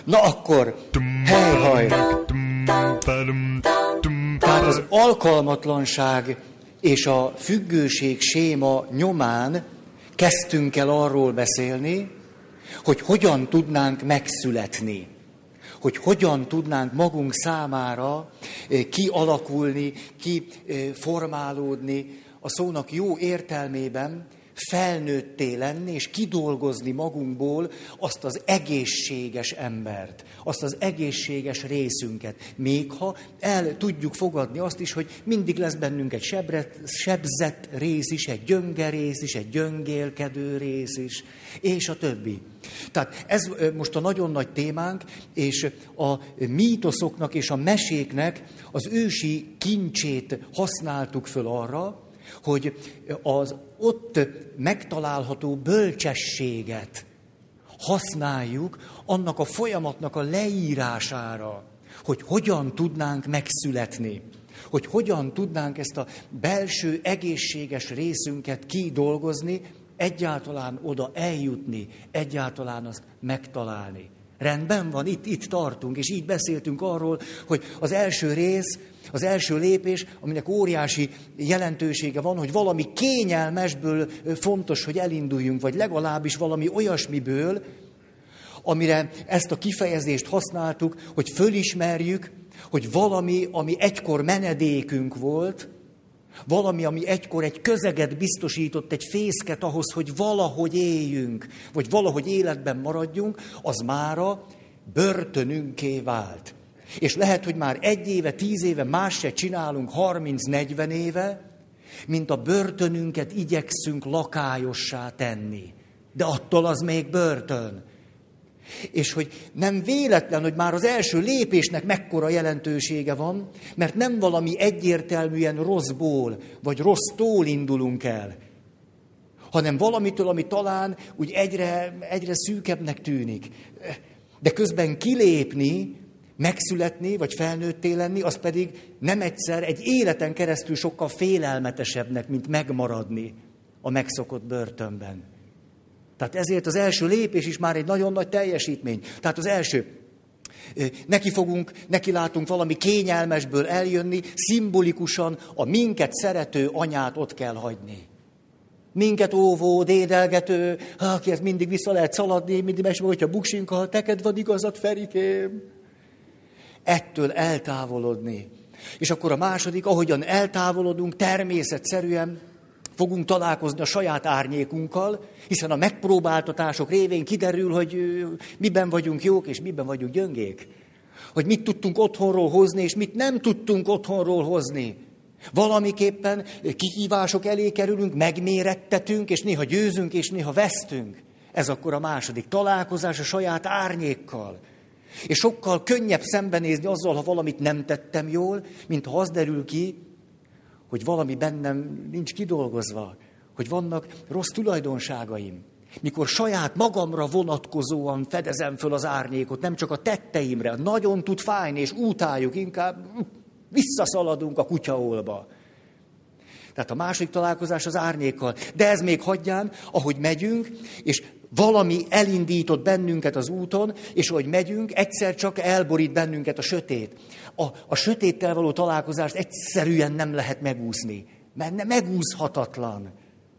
Na akkor, helyhaj! Tehát az alkalmatlanság és a függőség séma nyomán kezdtünk el arról beszélni, hogy hogyan tudnánk megszületni, hogy hogyan tudnánk magunk számára kialakulni, kiformálódni, a szónak jó értelmében felnőtté lenni, és kidolgozni magunkból azt az egészséges embert, azt az egészséges részünket. Még ha el tudjuk fogadni azt is, hogy mindig lesz bennünk egy sebzett rész is, egy gyönge rész is, egy gyöngélkedő rész is, és a többi. Tehát ez most a nagyon nagy témánk, és a mítoszoknak és a meséknek az ősi kincsét használtuk föl arra, hogy az ott megtalálható bölcsességet használjuk annak a folyamatnak a leírására, hogy hogyan tudnánk megszületni, hogy hogyan tudnánk ezt a belső egészséges részünket kidolgozni, egyáltalán oda eljutni, egyáltalán azt megtalálni. Rendben van, itt tartunk, és így beszéltünk arról, hogy az első rész, az első lépés, aminek óriási jelentősége van, hogy valami kényelmesből fontos, hogy elinduljunk, vagy legalábbis valami olyasmiből, amire ezt a kifejezést használtuk, hogy fölismerjük, hogy valami, ami egykor menedékünk volt, valami, ami egykor egy közeget biztosított, egy fészket ahhoz, hogy valahogy éljünk, vagy valahogy életben maradjunk, az mára börtönünké vált. És lehet, hogy már 1 éve, 10 éve más se csinálunk 30-40 éve, mint a börtönünket igyekszünk lakályossá tenni. De attól az még börtön. És hogy nem véletlen, hogy már az első lépésnek mekkora jelentősége van, mert nem valami egyértelműen rosszból, vagy rossztól indulunk el, hanem valamitől, ami talán úgy egyre szűkebbnek tűnik. De közben kilépni, megszületni, vagy felnőtté lenni, az pedig nem egyszer, egy életen keresztül sokkal félelmetesebbnek, mint megmaradni a megszokott börtönben. Tehát ezért az első lépés is már egy nagyon nagy teljesítmény. Tehát az első, neki látunk valami kényelmesből eljönni, szimbolikusan a minket szerető anyát ott kell hagyni. Minket óvó, dédelgető, akihez mindig vissza lehet szaladni, mindig mesélve, hogyha buksinkkal, neked van igazad, Ferikém. Ettől eltávolodni. És akkor a második, ahogyan eltávolodunk, természetszerűen fogunk találkozni a saját árnyékunkkal, hiszen a megpróbáltatások révén kiderül, hogy miben vagyunk jók, és miben vagyunk gyöngék. Hogy mit tudtunk otthonról hozni, és mit nem tudtunk otthonról hozni. Valamiképpen kihívások elé kerülünk, megmérettetünk, és néha győzünk, és néha vesztünk. Ez akkor a második találkozás a saját árnyékkal. És sokkal könnyebb szembenézni azzal, ha valamit nem tettem jól, mint ha az derül ki, hogy valami bennem nincs kidolgozva, hogy vannak rossz tulajdonságaim. Mikor saját magamra vonatkozóan fedezem föl az árnyékot, nem csak a tetteimre, nagyon tud fájni, és utáljuk, inkább visszaszaladunk a kutyaolba. Tehát a második találkozás az árnyékkal. De ez még hagyján, ahogy megyünk, és valami elindított bennünket az úton, és ahogy megyünk, egyszer csak elborít bennünket a sötét. A sötéttel való találkozást egyszerűen nem lehet megúszni, mert megúszhatatlan.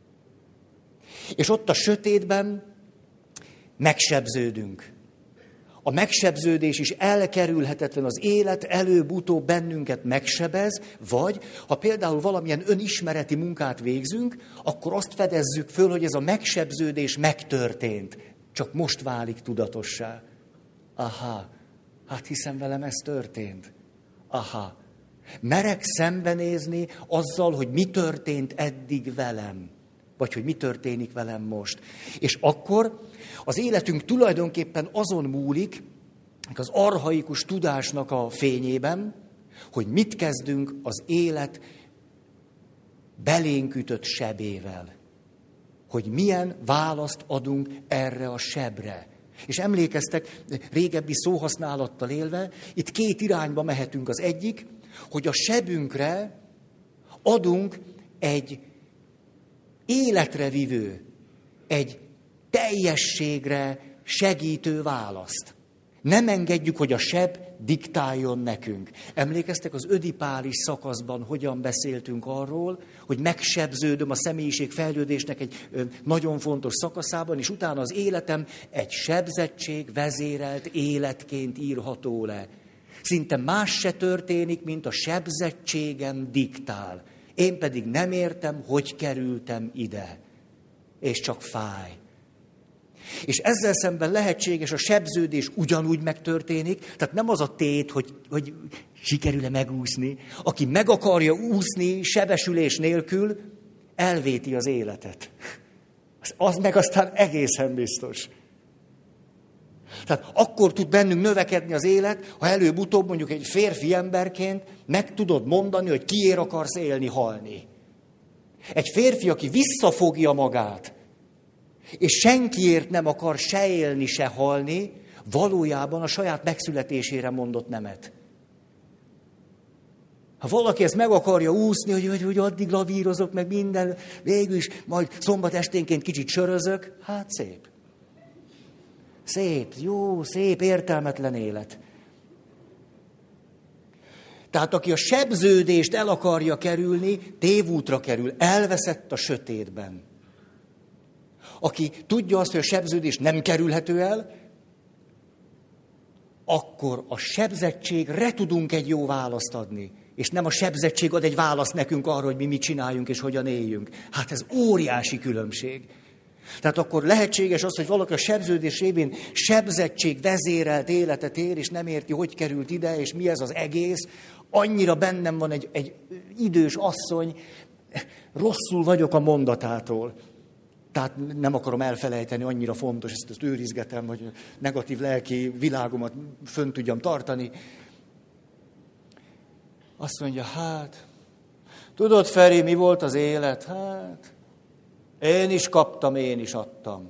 És ott a sötétben megsebződünk. A megsebződés is elkerülhetetlen, az élet előbb-utóbb bennünket megsebez, vagy ha például valamilyen önismereti munkát végzünk, akkor azt fedezzük föl, hogy ez a megsebződés megtörtént, csak most válik tudatossá. Aha, hát hiszen velem ez történt. Aha, merek szembenézni azzal, hogy mi történt eddig velem, vagy hogy mi történik velem most. És akkor az életünk tulajdonképpen azon múlik, az archaikus tudásnak a fényében, hogy mit kezdünk az élet belénk ütött sebével. Hogy milyen választ adunk erre a sebre. És emlékeztek, régebbi szóhasználattal élve, itt 2 irányba mehetünk. Az egyik, hogy a sebünkre adunk egy életre vivő, egy teljességre segítő választ. Nem engedjük, hogy a seb diktáljon nekünk. Emlékeztek, az ödipális szakaszban hogyan beszéltünk arról, hogy megsebződöm a személyiség fejlődésnek egy nagyon fontos szakaszában, és utána az életem egy sebzettség vezérelt életként írható le. Szinte más se történik, mint a sebzettségem diktál. Én pedig nem értem, hogy kerültem ide. És csak fáj. És ezzel szemben lehetséges a sebződés ugyanúgy megtörténik, tehát nem az a tét, hogy sikerül-e megúszni. Aki meg akarja úszni sebesülés nélkül, elvéti az életet. Az meg aztán egészen biztos. Tehát akkor tud bennünk növekedni az élet, ha előbb-utóbb mondjuk egy férfi emberként meg tudod mondani, hogy kiért akarsz élni, halni. Egy férfi, aki visszafogja magát, és senkiért nem akar se élni, se halni, valójában a saját megszületésére mondott nemet. Ha valaki ezt meg akarja úszni, hogy addig lavírozok, meg minden, végül is majd szombat esténként kicsit sörözök, hát szép. Szép, jó, szép, értelmetlen élet. Tehát aki a sebződést el akarja kerülni, tévútra kerül, elveszett a sötétben. Aki tudja azt, hogy a sebződés nem kerülhető el, akkor a sebzetségre tudunk egy jó választ adni. És nem a sebzettség ad egy választ nekünk arra, hogy mi mit csináljunk és hogyan éljünk. Hát ez óriási különbség. Tehát akkor lehetséges az, hogy valaki a sebződés révén sebzettség vezérelt életet ér, és nem érti, hogy került ide, és mi ez az egész. Annyira bennem van egy idős asszony, rosszul vagyok a mondatától. Tehát nem akarom elfelejteni, annyira fontos, ezt őrizgetem, hogy negatív lelki világomat fönn tudjam tartani. Azt mondja, hát, tudod, Feri, mi volt az élet? Hát, én is kaptam, én is adtam.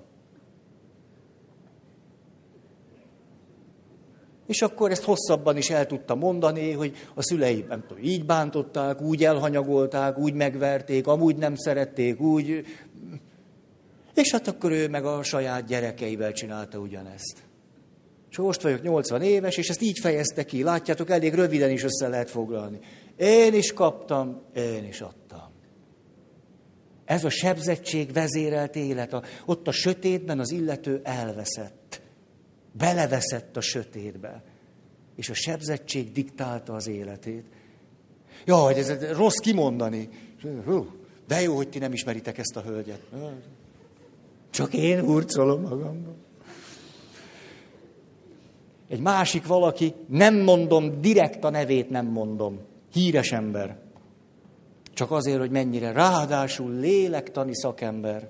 És akkor ezt hosszabban is el tudta mondani, hogy a szüleim, nem tudom, így bántották, úgy elhanyagolták, úgy megverték, amúgy nem szerették, úgy... És hát akkor ő meg a saját gyerekeivel csinálta ugyanezt. És most vagyok 80 éves, és ezt így fejezte ki. Látjátok, elég röviden is össze lehet foglalni. Én is kaptam, én is adtam. Ez a sebzettség vezérelt élet. Ott a sötétben az illető elveszett. Beleveszett a sötétbe. És a sebzettség diktálta az életét. Jaj, ez rossz kimondani. De jó, hogy ti nem ismeritek ezt a hölgyet. Csak én hurcolom magamban. Egy másik valaki, nem mondom, direkt a nevét nem mondom. Híres ember. Csak azért, hogy mennyire. Ráadásul lélektani szakember.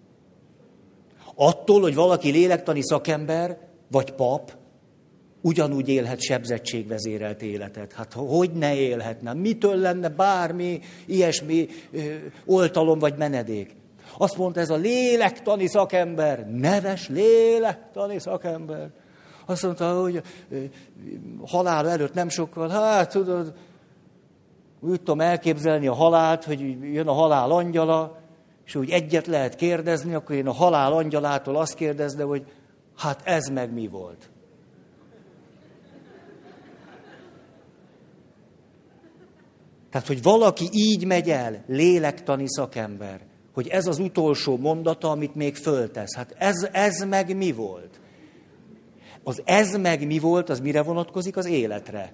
Attól, hogy valaki lélektani szakember, vagy pap, ugyanúgy élhet sebzettségvezérelt életet. Hát hogy ne élhetne? Mitől lenne bármi ilyesmi oltalom vagy menedék? Azt mondta, ez a lélektani szakember, neves lélektani szakember. Azt mondta, hogy halál előtt nem sokkal, hát tudod, úgy tudom elképzelni a halált, hogy jön a halál angyala, és úgy egyet lehet kérdezni, akkor én a halál angyalától azt kérdezem, hogy hát ez meg mi volt? Tehát, hogy valaki így megy el, lélektani szakember, hogy ez az utolsó mondata, amit még föltesz. Hát ez meg mi volt? Az ez meg mi volt, az mire vonatkozik? Az életre.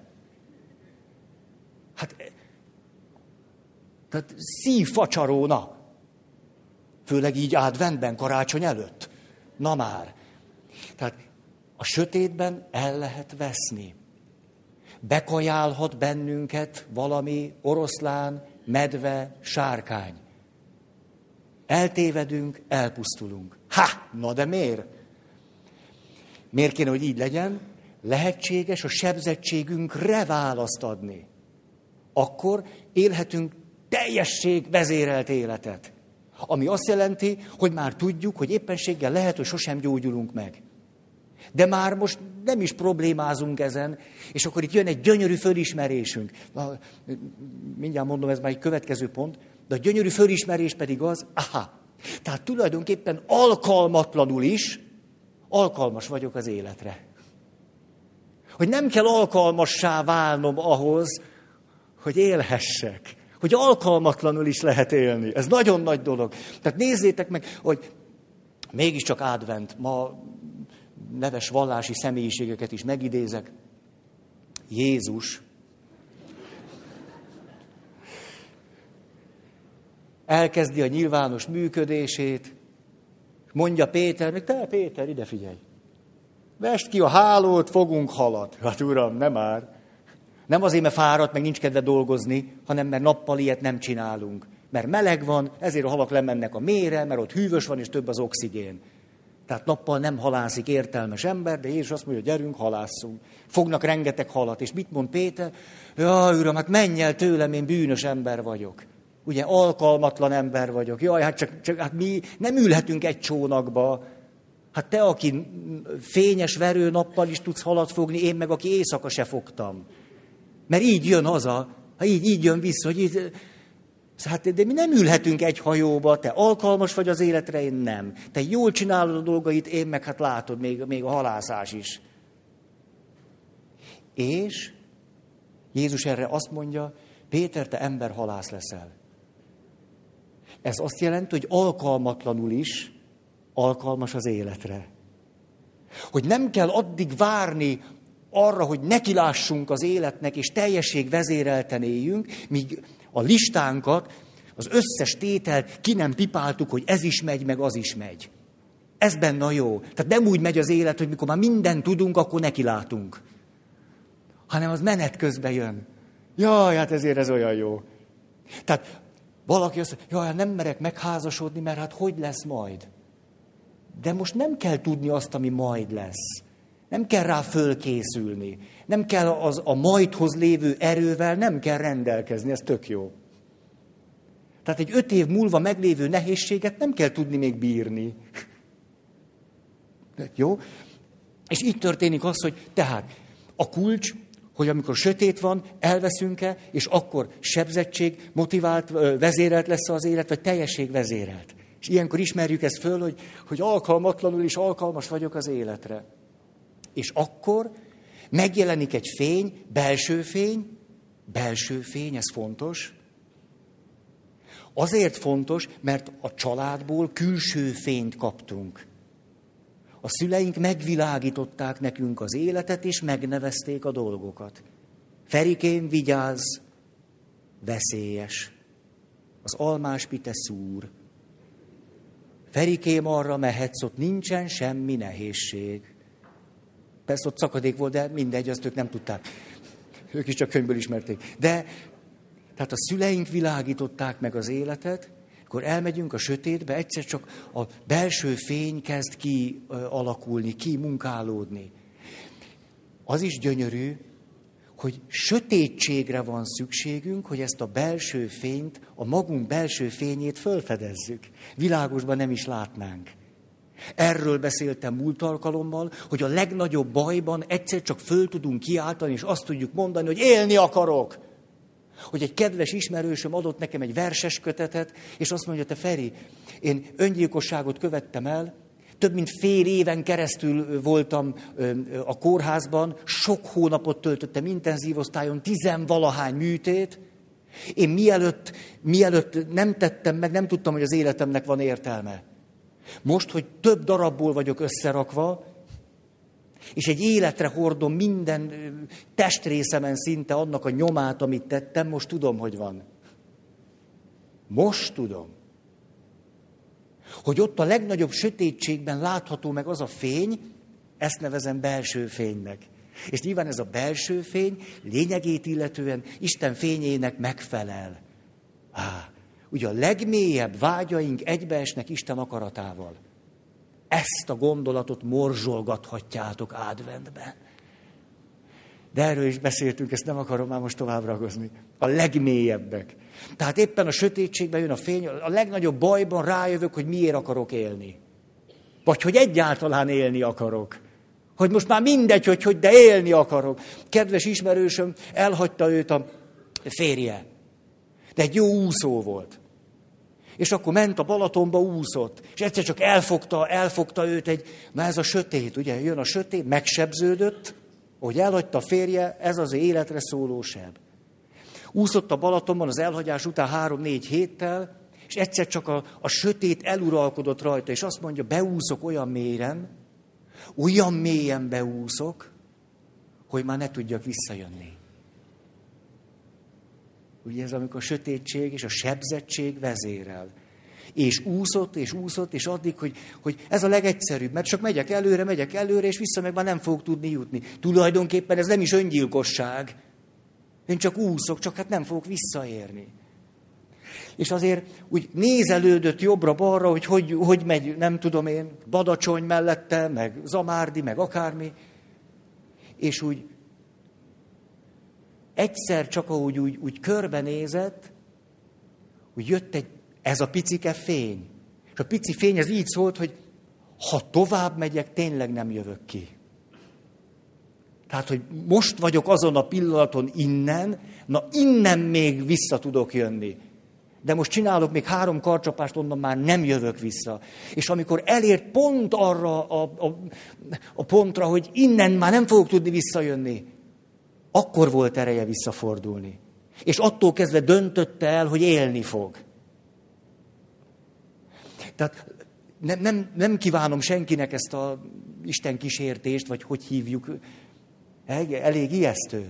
Hát, tehát szívfacsaróna. Főleg így adventben, karácsony előtt. Na már. Tehát a sötétben el lehet veszni. Bekajálhat bennünket valami oroszlán, medve, sárkány. Eltévedünk, elpusztulunk. Na de miért? Miért kéne, hogy így legyen? Lehetséges a sebzettségünkre választ adni. Akkor élhetünk teljesség vezérelt életet. Ami azt jelenti, hogy már tudjuk, hogy éppenséggel lehet, hogy sosem gyógyulunk meg. De már most nem is problémázunk ezen, és akkor itt jön egy gyönyörű fölismerésünk. Mindjárt mondom, ez már egy következő pont, de a gyönyörű fölismerés pedig az, tehát tulajdonképpen alkalmatlanul is alkalmas vagyok az életre. Hogy nem kell alkalmassá válnom ahhoz, hogy élhessek. Hogy alkalmatlanul is lehet élni. Ez nagyon nagy dolog. Tehát nézzétek meg, hogy mégiscsak advent. Ma neves vallási személyiségeket is megidézek. Jézus elkezdi a nyilvános működését, mondja Péternek, te Péter, ide figyelj. Vesd ki a hálót, fogunk halat. Hát uram, nem már. Nem azért, mert fáradt, meg nincs kedve dolgozni, hanem mert nappal ilyet nem csinálunk. Mert meleg van, ezért a halak lemennek a mélyre, mert ott hűvös van, és több az oxigén. Tehát nappal nem halászik értelmes ember, de Jézus azt mondja, gyerünk, halásszunk. Fognak rengeteg halat. És mit mond Péter? Jaj, uram, hát menj el tőlem, én bűnös ember vagyok. Ugye, alkalmatlan ember vagyok. Jaj, hát mi nem ülhetünk egy csónakba. Hát te, aki fényes verő nappal is tudsz halat fogni, én meg, aki éjszaka se fogtam. Mert így jön haza, így jön vissza, hogy így... Hát, de mi nem ülhetünk egy hajóba, te alkalmas vagy az életre, én nem. Te jól csinálod a dolgait, én meg hát látod, még a halászás is. És Jézus erre azt mondja, Péter, te emberhalász leszel. Ez azt jelenti, hogy alkalmatlanul is alkalmas az életre. Hogy nem kell addig várni arra, hogy nekilássunk az életnek, és teljesség vezérelten éljünk, míg a listánkat, az összes tételt ki nem pipáltuk, hogy ez is megy, meg az is megy. Ez benne a jó. Tehát nem úgy megy az élet, hogy mikor már mindent tudunk, akkor nekilátunk. Hanem az menet közben jön. Jaj, hát ezért ez olyan jó. Tehát valaki azt mondja, jaj, nem merek megházasodni, mert hát hogy lesz majd? De most nem kell tudni azt, ami majd lesz. Nem kell rá fölkészülni. Nem kell a majdhoz lévő erővel, nem kell rendelkezni, ez tök jó. Tehát egy 5 év múlva meglévő nehézséget nem kell tudni még bírni. De jó? És így történik az, hogy tehát a kulcs, hogy amikor sötét van, elveszünk-e, és akkor sebzettség, motivált, vezérelt lesz az élet, vagy teljesség vezérelt. És ilyenkor ismerjük ezt föl, hogy alkalmatlanul is alkalmas vagyok az életre. És akkor megjelenik egy fény, belső fény, ez fontos. Azért fontos, mert a családból külső fényt kaptunk. A szüleink megvilágították nekünk az életet, és megnevezték a dolgokat. Ferikém, vigyázz, veszélyes. Az almáspite szúr. Ferikém, arra mehetsz, ott nincsen semmi nehézség. Persze ott szakadék volt, de mindegy, azt ők nem tudták. Ők is csak könyvből ismerték. De, tehát a szüleink világították meg az életet, akkor elmegyünk a sötétbe, egyszer csak a belső fény kezd kialakulni, kimunkálódni. Az is gyönyörű, hogy sötétségre van szükségünk, hogy ezt a belső fényt, a magunk belső fényét fölfedezzük. Világosban nem is látnánk. Erről beszéltem múlt alkalommal, hogy a legnagyobb bajban egyszer csak föl tudunk kiáltani, és azt tudjuk mondani, hogy élni akarok. Hogy egy kedves ismerősöm adott nekem egy verses kötetet, és azt mondja, te Feri, én öngyilkosságot követtem el, több mint fél éven keresztül voltam a kórházban, sok hónapot töltöttem intenzív osztályon, 10-valahány műtét. Én mielőtt nem tettem meg, nem tudtam, hogy az életemnek van értelme. Most, hogy több darabból vagyok összerakva, és egy életre hordom minden testrészemen szinte annak a nyomát, amit tettem, most tudom, hogy van. Most tudom. Hogy ott a legnagyobb sötétségben látható meg az a fény, ezt nevezem belső fénynek. És nyilván ez a belső fény lényegét illetően Isten fényének megfelel. Ugye a legmélyebb vágyaink egybeesnek Isten akaratával. Ezt a gondolatot morzsolgathatjátok adventben. De erről is beszéltünk, ezt nem akarom már most tovább ragozni. A legmélyebbek. Tehát éppen a sötétségben jön a fény, a legnagyobb bajban rájövök, hogy miért akarok élni. Vagy hogy egyáltalán élni akarok. Hogy most már mindegy, hogy de élni akarok. Kedves ismerősöm, elhagyta őt a férje. De egy jó úszó volt. És akkor ment a Balatonba, úszott. És egyszer csak elfogta őt na ez a sötét, ugye, jön a sötét, megsebződött, Ahogy elhagyta a férje, ez az életre szóló seb. Úszott a Balatonban az elhagyás után 3-4 héttel, és egyszer csak a sötét eluralkodott rajta, és azt mondja, beúszok olyan mélyen beúszok, hogy már ne tudjak visszajönni. Ugye ez, amikor a sötétség és a sebzettség vezérel. És úszott, és addig, hogy ez a legegyszerűbb, mert csak megyek előre, és vissza meg már nem fogok tudni jutni. Tulajdonképpen ez nem is öngyilkosság. Én csak úszok, csak hát nem fogok visszaérni. És azért úgy nézelődött jobbra-balra, hogy megy, nem tudom én, Badacsony mellette, meg Zamárdi, meg akármi. És úgy egyszer csak ahogy úgy körbenézett, úgy jött ez a picike fény. És a pici fény ez így szólt, hogy ha tovább megyek, tényleg nem jövök ki. Tehát, hogy most vagyok azon a pillanaton innen még vissza tudok jönni. De most csinálok még 3 karcsapást, onnan már nem jövök vissza. És amikor elért pont arra a pontra, hogy innen már nem fogok tudni visszajönni, akkor volt ereje visszafordulni. És attól kezdve döntötte el, hogy élni fog. Tehát nem kívánom senkinek ezt a Isten kísértést, vagy hogy hívjuk. Elég ijesztő.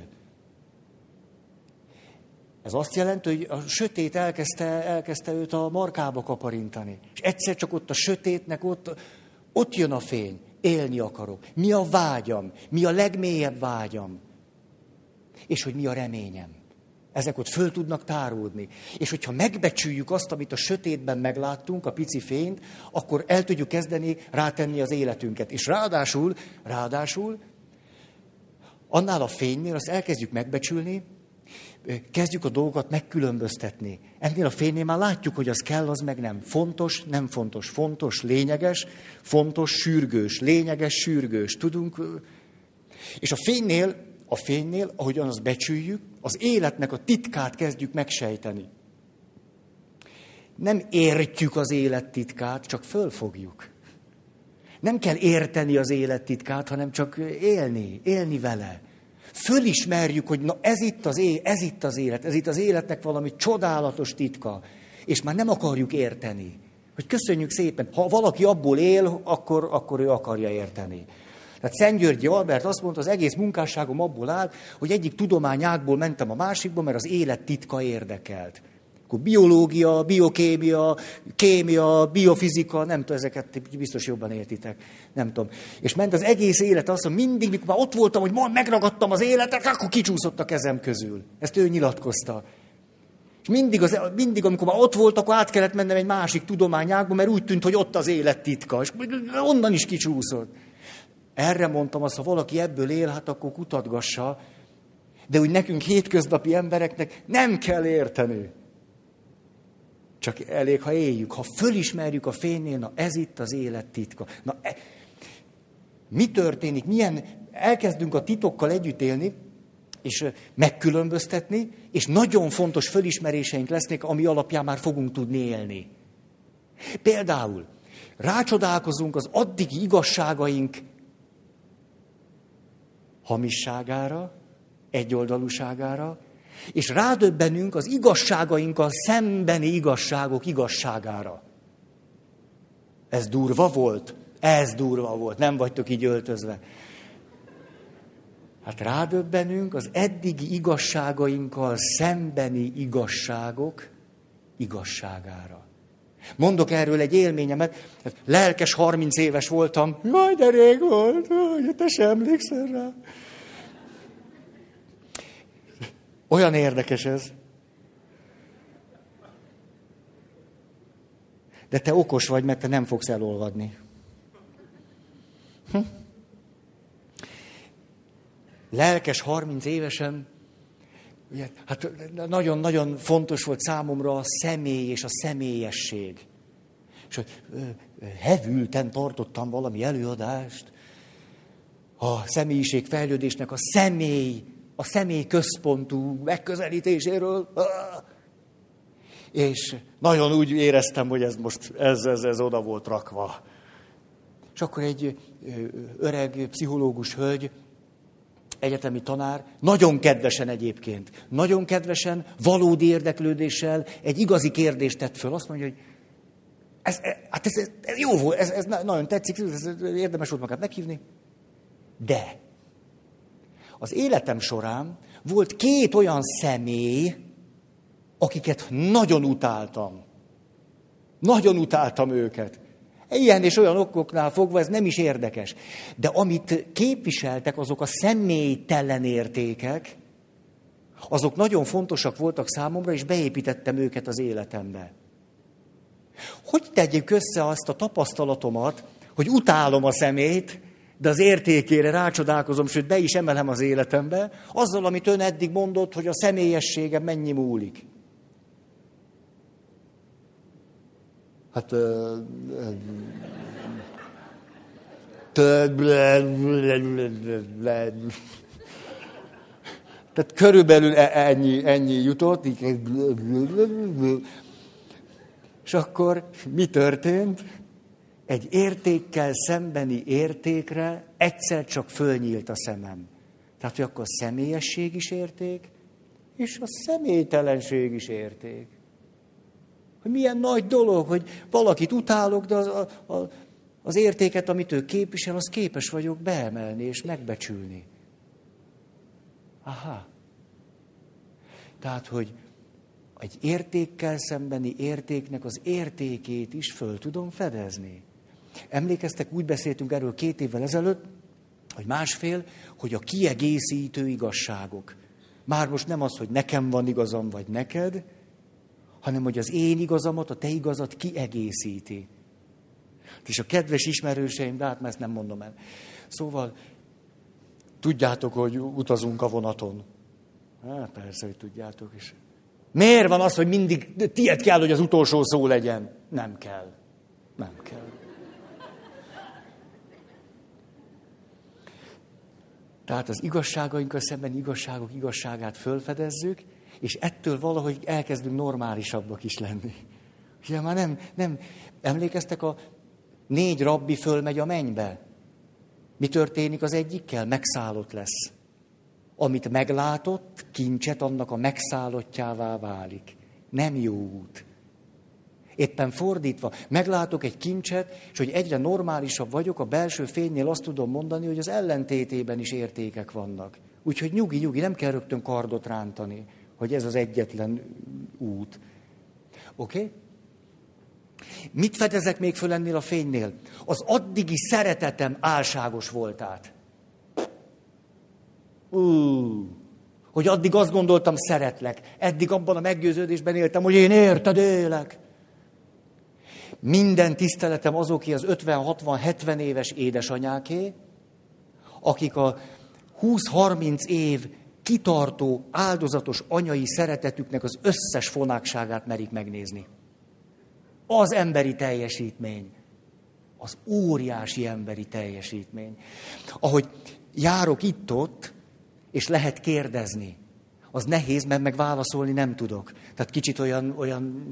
Ez azt jelenti, hogy a sötét elkezdte őt a markába kaparintani. És egyszer csak ott a sötétnek ott jön a fény. Élni akarok. Mi a vágyam? Mi a legmélyebb vágyam? És hogy mi a reményem? Ezek ott föl tudnak táródni. És hogyha megbecsüljük azt, amit a sötétben megláttunk, a pici fényt, akkor el tudjuk kezdeni rátenni az életünket. És ráadásul, annál a fénynél azt elkezdjük megbecsülni, kezdjük a dolgokat megkülönböztetni. Ennél a fénynél már látjuk, hogy az kell, az meg nem. Fontos, nem fontos. Fontos, lényeges, fontos, sürgős. Lényeges, sürgős. Tudunk. És a fénynél, ahogyan azt becsüljük, az életnek a titkát kezdjük megsejteni. Nem értjük az élet titkát, csak fölfogjuk. Nem kell érteni az élet titkát, hanem csak élni vele. Fölismerjük, hogy na ez itt az élet, ez itt az életnek valami csodálatos titka. És már nem akarjuk érteni. Hogy köszönjük szépen, ha valaki abból él, akkor ő akarja érteni. Tehát Szentgyörgyi Albert azt mondta, az egész munkásságom abból áll, hogy egyik tudományágból mentem a másikba, mert az élet titka érdekelt. Akkor biológia, biokémia, kémia, biofizika, nem tudom, ezeket biztos jobban értitek, nem tudom. És ment az egész élet, azt mondja, mindig, mikor már ott voltam, hogy ma megragadtam az életet, akkor kicsúszott a kezem közül. Ezt ő nyilatkozta. És mindig, amikor már ott volt, akkor át kellett mennem egy másik tudományágba, mert úgy tűnt, hogy ott az élet titka, és onnan is kicsúszott. Erre mondtam azt, ha valaki ebből él, hát akkor kutatgassa, de úgy nekünk hétköznapi embereknek nem kell érteni. Csak elég, ha éljük, ha fölismerjük a fénynél, na ez itt az élet titka. Mi történik? Elkezdünk a titokkal együtt élni, és megkülönböztetni, és nagyon fontos fölismeréseink lesznek, ami alapján már fogunk tudni élni. Például rácsodálkozunk az addigi igazságaink hamisságára, egyoldalúságára, és rádöbbenünk az igazságainkkal szembeni igazságok igazságára. Ez durva volt? Ez durva volt. Nem vagytok így öltözve. Hát rádöbbenünk az eddigi igazságainkkal szembeni igazságok igazságára. Mondok erről egy élményemet. Lelkes 30 éves voltam. Jaj, de rég volt. Jaj, te sem emlékszel rá. Olyan érdekes ez. De te okos vagy, mert te nem fogsz elolvadni. Lelkes 30 évesen, hát nagyon-nagyon fontos volt számomra a személy és a személyesség. És hogy hevülten tartottam valami előadást a személyiségfejlődésnek a személy központú megközelítéséről. És nagyon úgy éreztem, hogy ez most ez oda volt rakva. És akkor egy öreg pszichológus hölgy egyetemi tanár, nagyon kedvesen egyébként, nagyon kedvesen, valódi érdeklődéssel egy igazi kérdést tett föl. Azt mondja, hogy ez jó volt, ez nagyon tetszik, ez érdemes volt magát meghívni. De az életem során volt 2 olyan személy, akiket nagyon utáltam. Nagyon utáltam őket. Ilyen és olyan okoknál fogva ez nem is érdekes. De amit képviseltek, azok a személytelen értékek, azok nagyon fontosak voltak számomra, és beépítettem őket az életembe. Hogy tegyük össze azt a tapasztalatomat, hogy utálom a személyt, de az értékére rácsodálkozom, sőt be is emelem az életembe, azzal, amit ön eddig mondott, hogy a személyességem mennyi múlik. Hát... Tehát körülbelül ennyi jutott. És akkor mi történt? Egy értékkel szembeni értékre egyszer csak fölnyílt a szemem. Tehát, hogy akkor a személyesség is érték, és a személytelenség is érték. Hogy milyen nagy dolog, hogy valakit utálok, de az értéket, amit ő képvisel, az képes vagyok beemelni és megbecsülni. Aha. Tehát, hogy egy értékkel szembeni értéknek az értékét is föl tudom fedezni. Emlékeztek, úgy beszéltünk erről 2 évvel ezelőtt, hogy 1,5, hogy a kiegészítő igazságok. Már most nem az, hogy nekem van igazam, vagy neked, hanem hogy az én igazamat, a te igazat kiegészíti. És a kedves ismerőseim, de hát már ezt nem mondom el. Szóval, tudjátok, hogy utazunk a vonaton. Hát persze, hogy tudjátok is. Miért van az, hogy mindig tiéd kell, hogy az utolsó szó legyen? Nem kell. Nem kell. Tehát az igazságainkkal szemben igazságok igazságát fölfedezzük, és ettől valahogy elkezdünk normálisabbak is lenni. Ugye már nem emlékeztek, a 4 rabbi fölmegy a mennybe. Mi történik az egyikkel? Megszállott lesz. Amit meglátott, kincset, annak a megszállottjává válik. Nem jó út. Éppen fordítva, meglátok egy kincset, és hogy egyre normálisabb vagyok, a belső fénynél azt tudom mondani, hogy az ellentétében is értékek vannak. Úgyhogy nyugi, nem kell rögtön kardot rántani, hogy ez az egyetlen út. Oké? Mit fedezek még föl ennél a fénynél? Az addigi szeretetem álságos voltát. Hogy addig azt gondoltam, szeretlek. Eddig abban a meggyőződésben éltem, hogy én érted élek. Minden tiszteletem azoké az 50-60-70 éves édesanyáké, akik a 20-30 év kitartó, áldozatos anyai szeretetüknek az összes fonákságát merik megnézni. Az emberi teljesítmény. Az óriási emberi teljesítmény. Ahogy járok itt-ott, és lehet kérdezni. Az nehéz, mert meg válaszolni nem tudok. Tehát kicsit olyan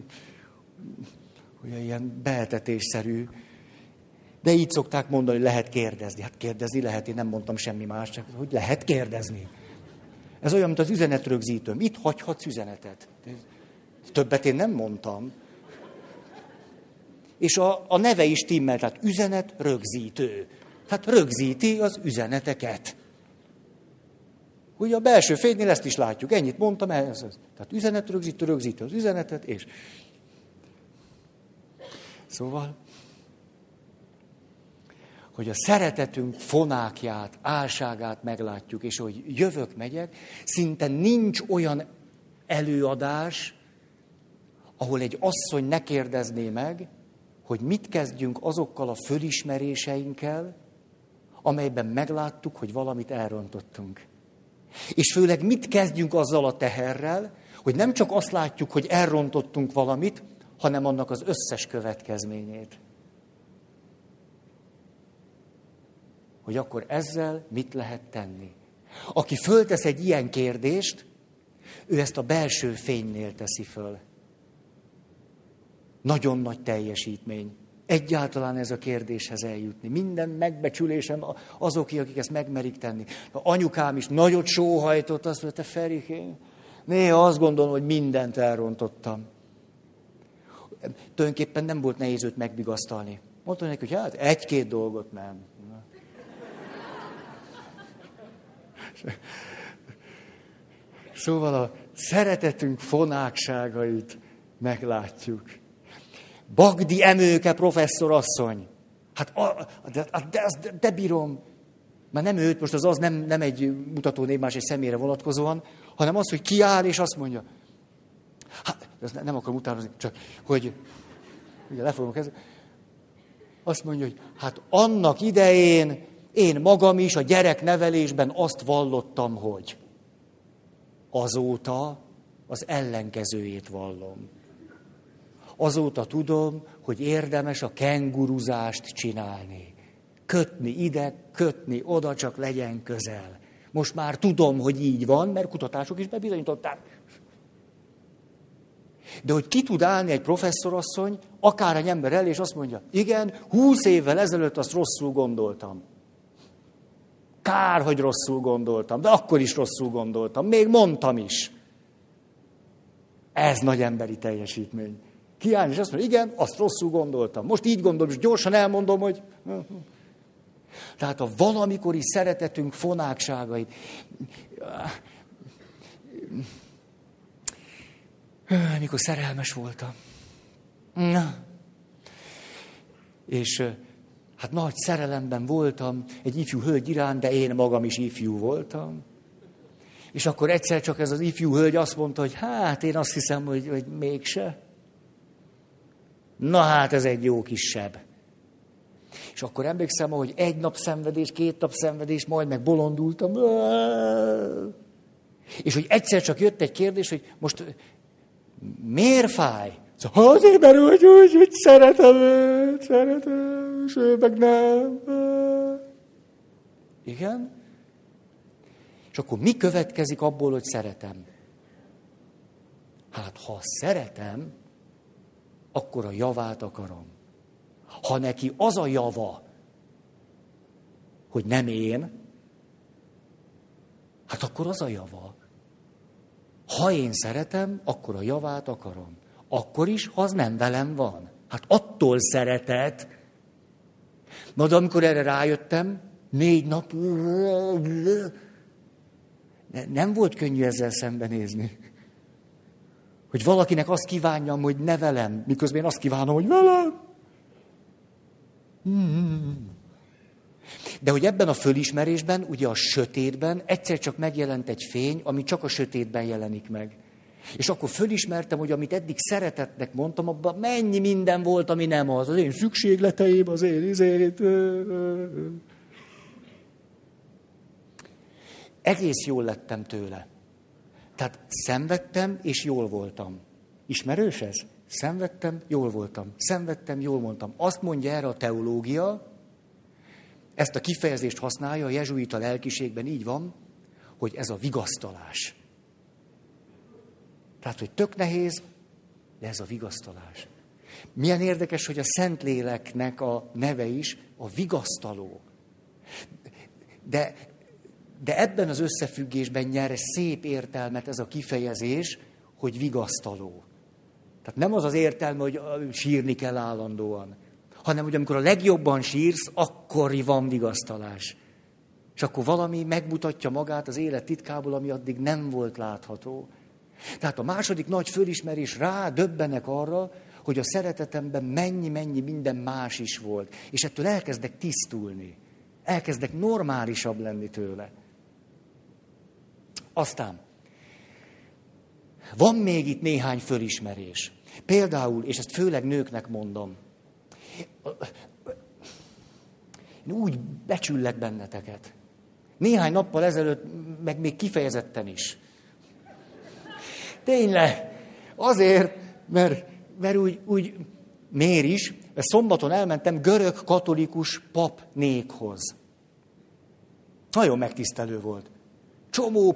ilyen beetetésszerű. De így szokták mondani, hogy lehet kérdezni. Hát kérdezni lehet, én nem mondtam semmi más, csak hogy lehet kérdezni. Ez olyan, mint az üzenetrögzítőm. Itt hagyhatsz üzenetet. Többet én nem mondtam. És a neve is timmel, tehát üzenetrögzítő. Tehát rögzíti az üzeneteket. Ugye a belső fénynél ezt is látjuk. Ennyit mondtam. Tehát üzenetrögzítő, rögzíti az üzenetet, és... Szóval, hogy a szeretetünk fonákját, álságát meglátjuk, és hogy jövök, megyek, szinte nincs olyan előadás, ahol egy asszony ne kérdezné meg, hogy mit kezdjünk azokkal a fölismeréseinkkel, amelyben megláttuk, hogy valamit elrontottunk. És főleg mit kezdjünk azzal a teherrel, hogy nem csak azt látjuk, hogy elrontottunk valamit, hanem annak az összes következményét. Hogy akkor ezzel mit lehet tenni. Aki föltesz egy ilyen kérdést, ő ezt a belső fénynél teszi föl. Nagyon nagy teljesítmény. Egyáltalán ez a kérdéshez eljutni. Minden megbecsülésem azoké, akik ezt megmerik tenni. A anyukám is nagyot sóhajtott, azt mondta, Ferikém, néha azt gondolom, hogy mindent elrontottam. Tulajdonképpen nem volt nehéz őt megvigasztalni. Mondtam neki, hogy hát egy-két dolgot nem. Szóval a szeretetünk fonákságait meglátjuk. Bagdi Emőke professzorasszony. Hát, de bírom. Már nem őt, most az nem egy mutatónév, más egy személyre vonatkozóan, hanem az, hogy kiáll és azt mondja. Hát, nem akarom utánozni, csak hogy ugye le fogom kezdeni. Azt mondja, hogy hát annak idején én magam is a gyereknevelésben azt vallottam, hogy azóta az ellenkezőjét vallom. Azóta tudom, hogy érdemes a kenguruzást csinálni. Kötni ide, kötni oda, csak legyen közel. Most már tudom, hogy így van, mert kutatások is bebizonyították. De hogy ki tud állni egy professzorasszony, akár egy ember elé, és azt mondja, igen, 20 évvel ezelőtt azt rosszul gondoltam. Kár, hogy rosszul gondoltam, de akkor is rosszul gondoltam, még mondtam is. Ez nagy emberi teljesítmény. Kiállni, és azt mondja, igen, azt rosszul gondoltam. Most így gondolom, és gyorsan elmondom, hogy... Tehát a valamikori szeretetünk fonákságait. Mikor szerelmes voltam. Na. És hát nagy szerelemben voltam egy ifjú hölgy iránt, de én magam is ifjú voltam. És akkor egyszer csak ez az ifjú hölgy azt mondta, hogy hát én azt hiszem, hogy mégse. Na hát ez egy jó kis seb. És akkor emlékszem, hogy egy nap szenvedés, 2 nap szenvedés, majd meg bolondultam. És hogy egyszer csak jött egy kérdés, hogy most miért fáj? Szóval azért, mert úgy szeretem őt, és ő meg nem. Igen? És akkor mi következik abból, hogy szeretem? Hát ha szeretem, akkor a javát akarom. Ha neki az a java, hogy nem én, hát akkor az a java. Ha én szeretem, akkor a javát akarom. Akkor is, ha az nem velem van. Hát attól szeretet. Na, de amikor erre rájöttem, 4 nap... Nem volt könnyű ezzel szembenézni. Hogy valakinek azt kívánjam, hogy ne velem, miközben én azt kívánom, hogy velem. De hogy ebben a fölismerésben, ugye a sötétben egyszer csak megjelent egy fény, ami csak a sötétben jelenik meg. És akkor fölismertem, hogy amit eddig szeretetnek mondtam, abban mennyi minden volt, ami nem az. Az én szükségleteim, az én... Egész jól lettem tőle. Tehát szenvedtem, és jól voltam. Ismerős ez? Szenvedtem, jól voltam. Szenvedtem, jól voltam. Azt mondja erre a teológia, ezt a kifejezést használja a jezsuita lelkiségben, így van, hogy ez a vigasztalás. Tehát, hogy tök nehéz, de ez a vigasztalás. Milyen érdekes, hogy a Szentléleknek a neve is a vigasztaló. De ebben az összefüggésben nyer szép értelmet ez a kifejezés, hogy vigasztaló. Tehát nem az az értelme, hogy sírni kell állandóan, hanem hogy amikor a legjobban sírsz, akkor van vigasztalás. És akkor valami megmutatja magát az élet titkából, ami addig nem volt látható. Tehát a második nagy fölismerés rá döbbenek arra, hogy a szeretetemben mennyi minden más is volt. És ettől elkezdek tisztulni. Elkezdek normálisabb lenni tőle. Aztán van még itt néhány fölismerés. Például, és ezt főleg nőknek mondom, én úgy becsüllek benneteket. Néhány nappal ezelőtt, meg még kifejezetten is. Tényleg, azért, mert úgy miért is, mert szombaton elmentem görög katolikus papnékhoz. Nagyon megtisztelő volt. Csomó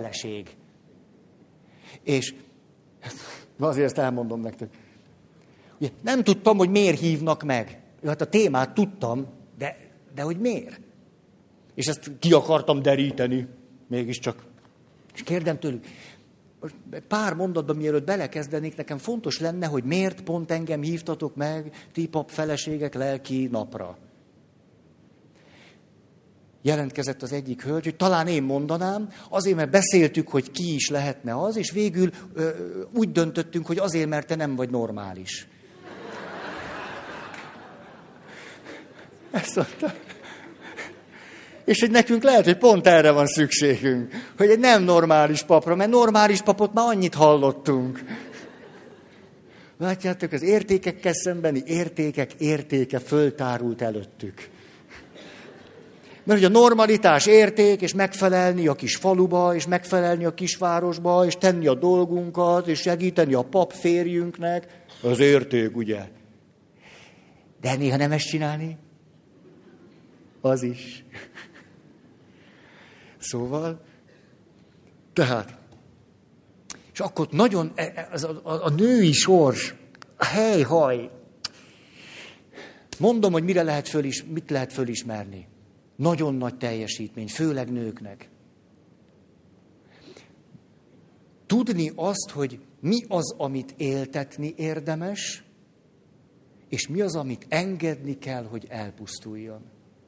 papfeleség. És azért ezt elmondom nektek, Nem tudtam, hogy miért hívnak meg. Hát a témát tudtam, de hogy miért? És ezt ki akartam deríteni, mégiscsak. És kérdem tőlük, pár mondatban, mielőtt belekezdenék, nekem fontos lenne, hogy miért pont engem hívtatok meg, ti pap feleségek lelki napra. Jelentkezett az egyik hölgy, hogy talán én mondanám, azért, mert beszéltük, hogy ki is lehetne az, és végül úgy döntöttünk, hogy azért, mert te nem vagy normális. Ezt mondta. És hogy nekünk lehet, hogy pont erre van szükségünk, hogy egy nem normális papra, mert normális papot már annyit hallottunk. Látjátok, az értékekkel szembeni értékek értéke föltárult előttük. Mert ugye a normalitás érték, és megfelelni a kis faluba, és megfelelni a kisvárosba, és tenni a dolgunkat, és segíteni a pap férjünknek, az érték, ugye? De néha nem ezt csinálni? Az is. Szóval, tehát, és akkor nagyon, a női sors, a hely-haj, mondom, hogy mit lehet fölismerni. Nagyon nagy teljesítmény, főleg nőknek. Tudni azt, hogy mi az, amit éltetni érdemes, és mi az, amit engedni kell, hogy elpusztuljon.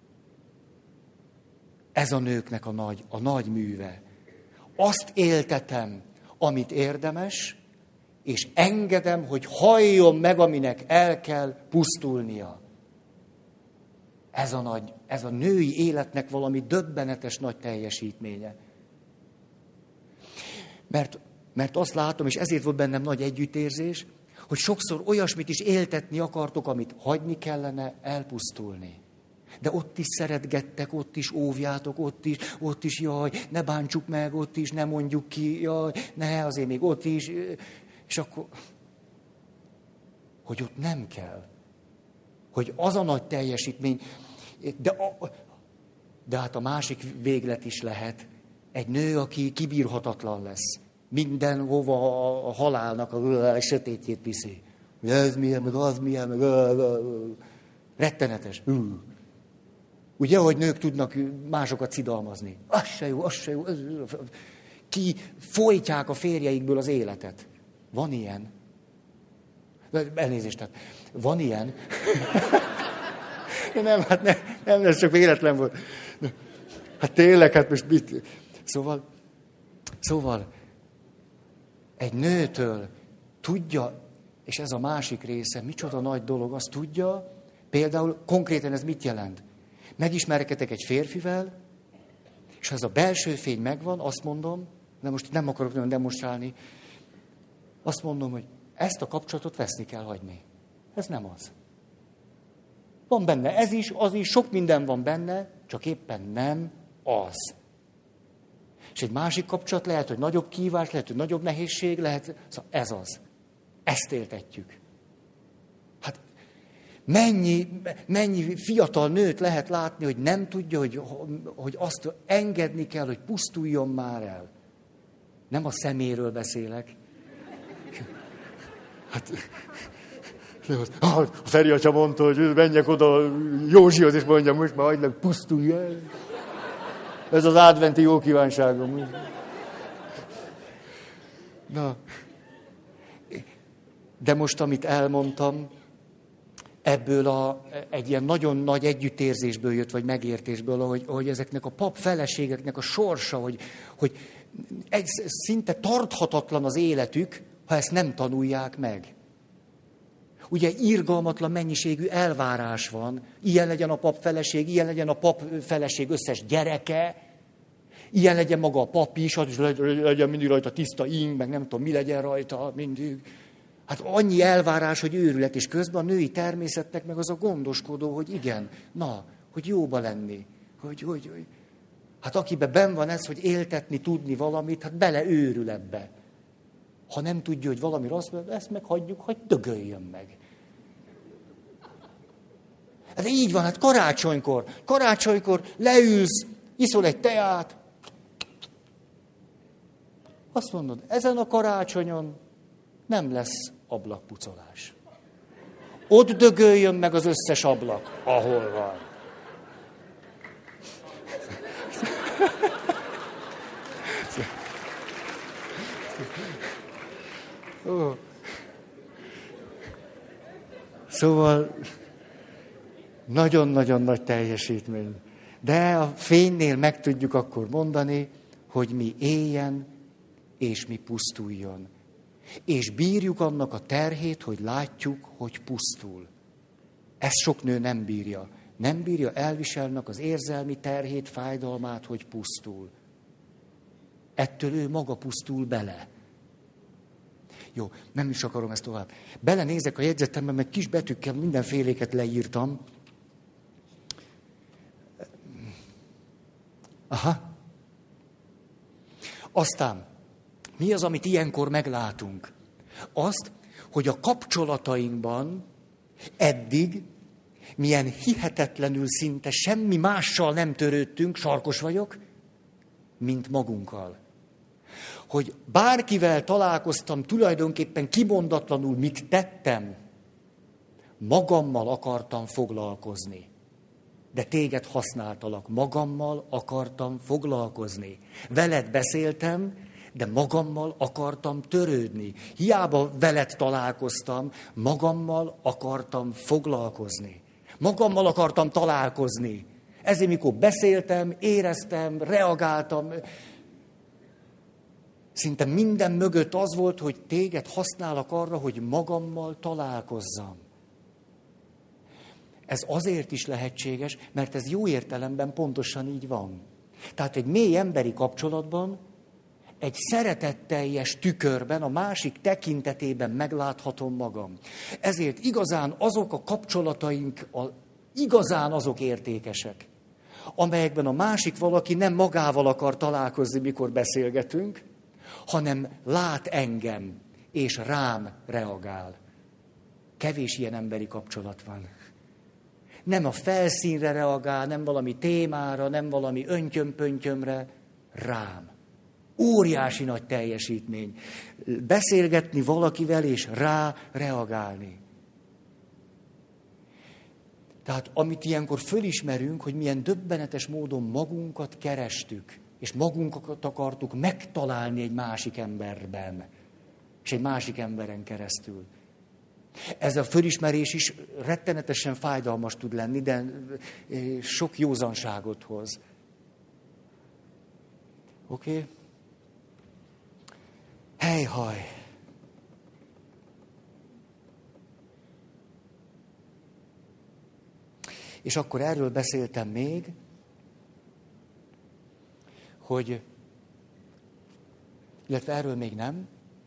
Ez a nőknek a nagy műve. Azt éltetem, amit érdemes, és engedem, hogy halljon meg, aminek el kell pusztulnia. Ez a női életnek valami döbbenetes nagy teljesítménye. Mert azt látom, és ezért volt bennem nagy együttérzés, hogy sokszor olyasmit is éltetni akartok, amit hagyni kellene elpusztulni. De ott is szeretgettek, ott is óvjátok, ott is, jaj, ne bántsuk meg, ott is, ne mondjuk ki, jaj, ne, azért még ott is. És akkor, hogy ott nem kell. Hogy az a nagy teljesítmény, de hát a másik véglet is lehet. Egy nő, aki kibírhatatlan lesz. Mindenhova a halálnak a sötétjét viszi. Ez milyen, meg az milyen, meg rettenetes. Ugye, hogy nők tudnak másokat szidalmazni. Az se jó. Ki folytják a férjeikből az életet. Van ilyen. Elnézést, tehát van ilyen. Nem, hát nem, ez csak véletlen volt. Hát tényleg, hát most mit? Szóval egy nőtől tudja, és ez a másik része, micsoda nagy dolog, azt tudja, például konkrétan ez mit jelent? Megismerkedek egy férfivel, és ha ez a belső fény megvan, azt mondom, de most nem akarok nagyon demonstrálni, azt mondom, hogy ezt a kapcsolatot veszni kell hagyni. Ez nem az. Van benne ez is, az is, sok minden van benne, csak éppen nem az. És egy másik kapcsolat lehet, hogy nagyobb kívás, lehet, hogy nagyobb nehézség, lehet, szóval ez az. Ezt éltetjük. Hát mennyi fiatal nőt lehet látni, hogy nem tudja, hogy azt engedni kell, hogy pusztuljon már el. Nem a szeméről beszélek. Hát, a Feri atya mondta, hogy menjek oda Józsihoz, és mondjam, most már hagyd meg, pusztulj el. Ez az adventi jó kívánságom. Na. De most, amit elmondtam, ebből egy ilyen nagyon nagy együttérzésből jött, vagy megértésből, hogy ezeknek a pap feleségeknek a sorsa, hogy szinte tarthatatlan az életük, ha ezt nem tanulják meg. Ugye irgalmatlan mennyiségű elvárás van. Ilyen legyen a pap feleség, ilyen legyen a pap feleség összes gyereke, ilyen legyen maga a pap is, és legyen mindig rajta tiszta ing, meg nem tudom, mi legyen rajta mindig. Hát annyi elvárás, hogy őrület, és közben a női természetnek meg az a gondoskodó, hogy igen, hogy jóba lenni. Hát akiben benn van ez, hogy éltetni, tudni valamit, hát beleőrül ebbe. Ha nem tudja, hogy valami rossz, ezt meghagyjuk, hogy dögöljön meg. De így van, hát karácsonykor leülsz, iszol egy teát, azt mondod, ezen a karácsonyon nem lesz ablakpucolás. ott dögöljön meg az összes ablak, ahol van. Szóval nagyon-nagyon nagy teljesítmény. De a fénynél meg tudjuk akkor mondani, hogy mi éljen, és mi pusztuljon. És bírjuk annak a terhét, hogy látjuk, hogy pusztul. Ezt sok nő nem bírja. Nem bírja elviselnek az érzelmi terhét, fájdalmát, hogy pusztul. Ettől ő maga pusztul bele. Jó, nem is akarom ezt tovább. Belenézek a jegyzetembe, mert kis betűkkel mindenféléket leírtam. Aha. Aztán, mi az, amit ilyenkor meglátunk? Azt, hogy a kapcsolatainkban eddig milyen hihetetlenül szinte semmi mással nem törődtünk, sarkos vagyok, mint magunkkal. Hogy bárkivel találkoztam, tulajdonképpen kimondatlanul mit tettem, magammal akartam foglalkozni. De téged használtalak, magammal akartam foglalkozni. Veled beszéltem, de magammal akartam törődni. Hiába veled találkoztam, magammal akartam foglalkozni. Magammal akartam találkozni. Ezért mikor beszéltem, éreztem, reagáltam, szinte minden mögött az volt, hogy téged használok arra, hogy magammal találkozzam. Ez azért is lehetséges, mert ez jó értelemben pontosan így van. Tehát egy mély emberi kapcsolatban, egy szeretetteljes tükörben, a másik tekintetében megláthatom magam. Ezért igazán azok a kapcsolataink, igazán azok értékesek, amelyekben a másik valaki nem magával akar találkozni, mikor beszélgetünk, hanem lát engem, és rám reagál. Kevés ilyen emberi kapcsolat van. Nem a felszínre reagál, nem valami témára, nem valami öntyöm-pöntyömre, rám. Óriási nagy teljesítmény. Beszélgetni valakivel, és rá reagálni. Tehát amit ilyenkor fölismerünk, hogy milyen döbbenetes módon magunkat kerestük, és magunkat akartuk megtalálni egy másik emberben, és egy másik emberen keresztül. Ez a fölismerés is rettenetesen fájdalmas tud lenni, de sok józanságot hoz. Oké? Hely-haj! És akkor erről beszéltem még, hogy, illetve erről még nem,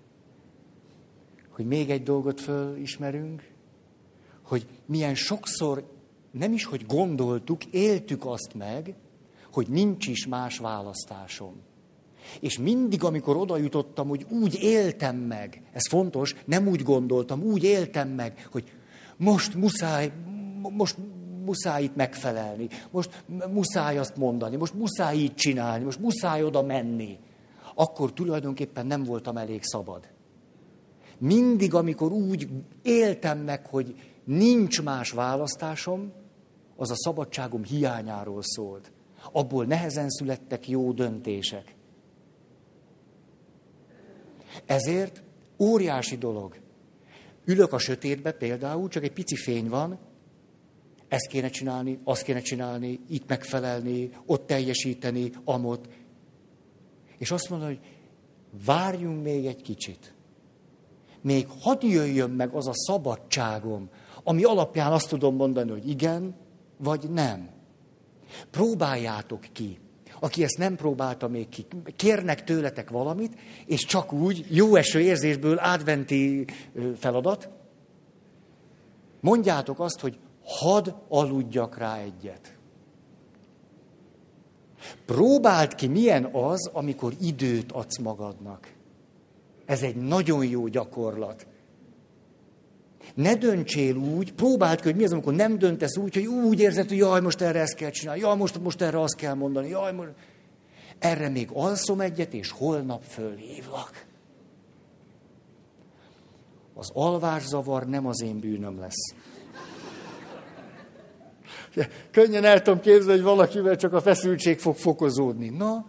hogy még egy dolgot fölismerünk, hogy milyen sokszor nem is, hogy gondoltuk, éltük azt meg, hogy nincs is más választásom. És mindig, amikor oda jutottam, hogy úgy éltem meg, ez fontos, nem úgy gondoltam, úgy éltem meg, hogy most muszáj itt megfelelni, most muszáj azt mondani, most muszáj így csinálni, most muszáj oda menni. Akkor tulajdonképpen nem voltam elég szabad. Mindig, amikor úgy éltem meg, hogy nincs más választásom, az a szabadságom hiányáról szólt. Abból nehezen születtek jó döntések. Ezért óriási dolog. Ülök a sötétbe például, csak egy pici fény van, ezt kéne csinálni, azt kéne csinálni, itt megfelelni, ott teljesíteni, amott. És azt mondom, hogy várjunk még egy kicsit. Még hadd jöjjön meg az a szabadságom, ami alapján azt tudom mondani, hogy igen, vagy nem. Próbáljátok ki. Aki ezt nem próbálta még ki, kérnek tőletek valamit, és csak úgy, jó eső érzésből adventi feladat, mondjátok azt, hogy hadd aludjak rá egyet. Próbáld ki, milyen az, amikor időt adsz magadnak. Ez egy nagyon jó gyakorlat. Ne döntsél úgy, próbáld ki, hogy mi az, amikor nem döntesz úgy, hogy úgy érzed, hogy jaj, most erre ezt kell csinálni, jaj, most erre azt kell mondani, jaj, most... Erre még alszom egyet, és holnap fölhívlak. Az alvászavar nem az én bűnöm lesz. Könnyen el tudom képzelni, hogy valakivel csak a feszültség fog fokozódni. Na,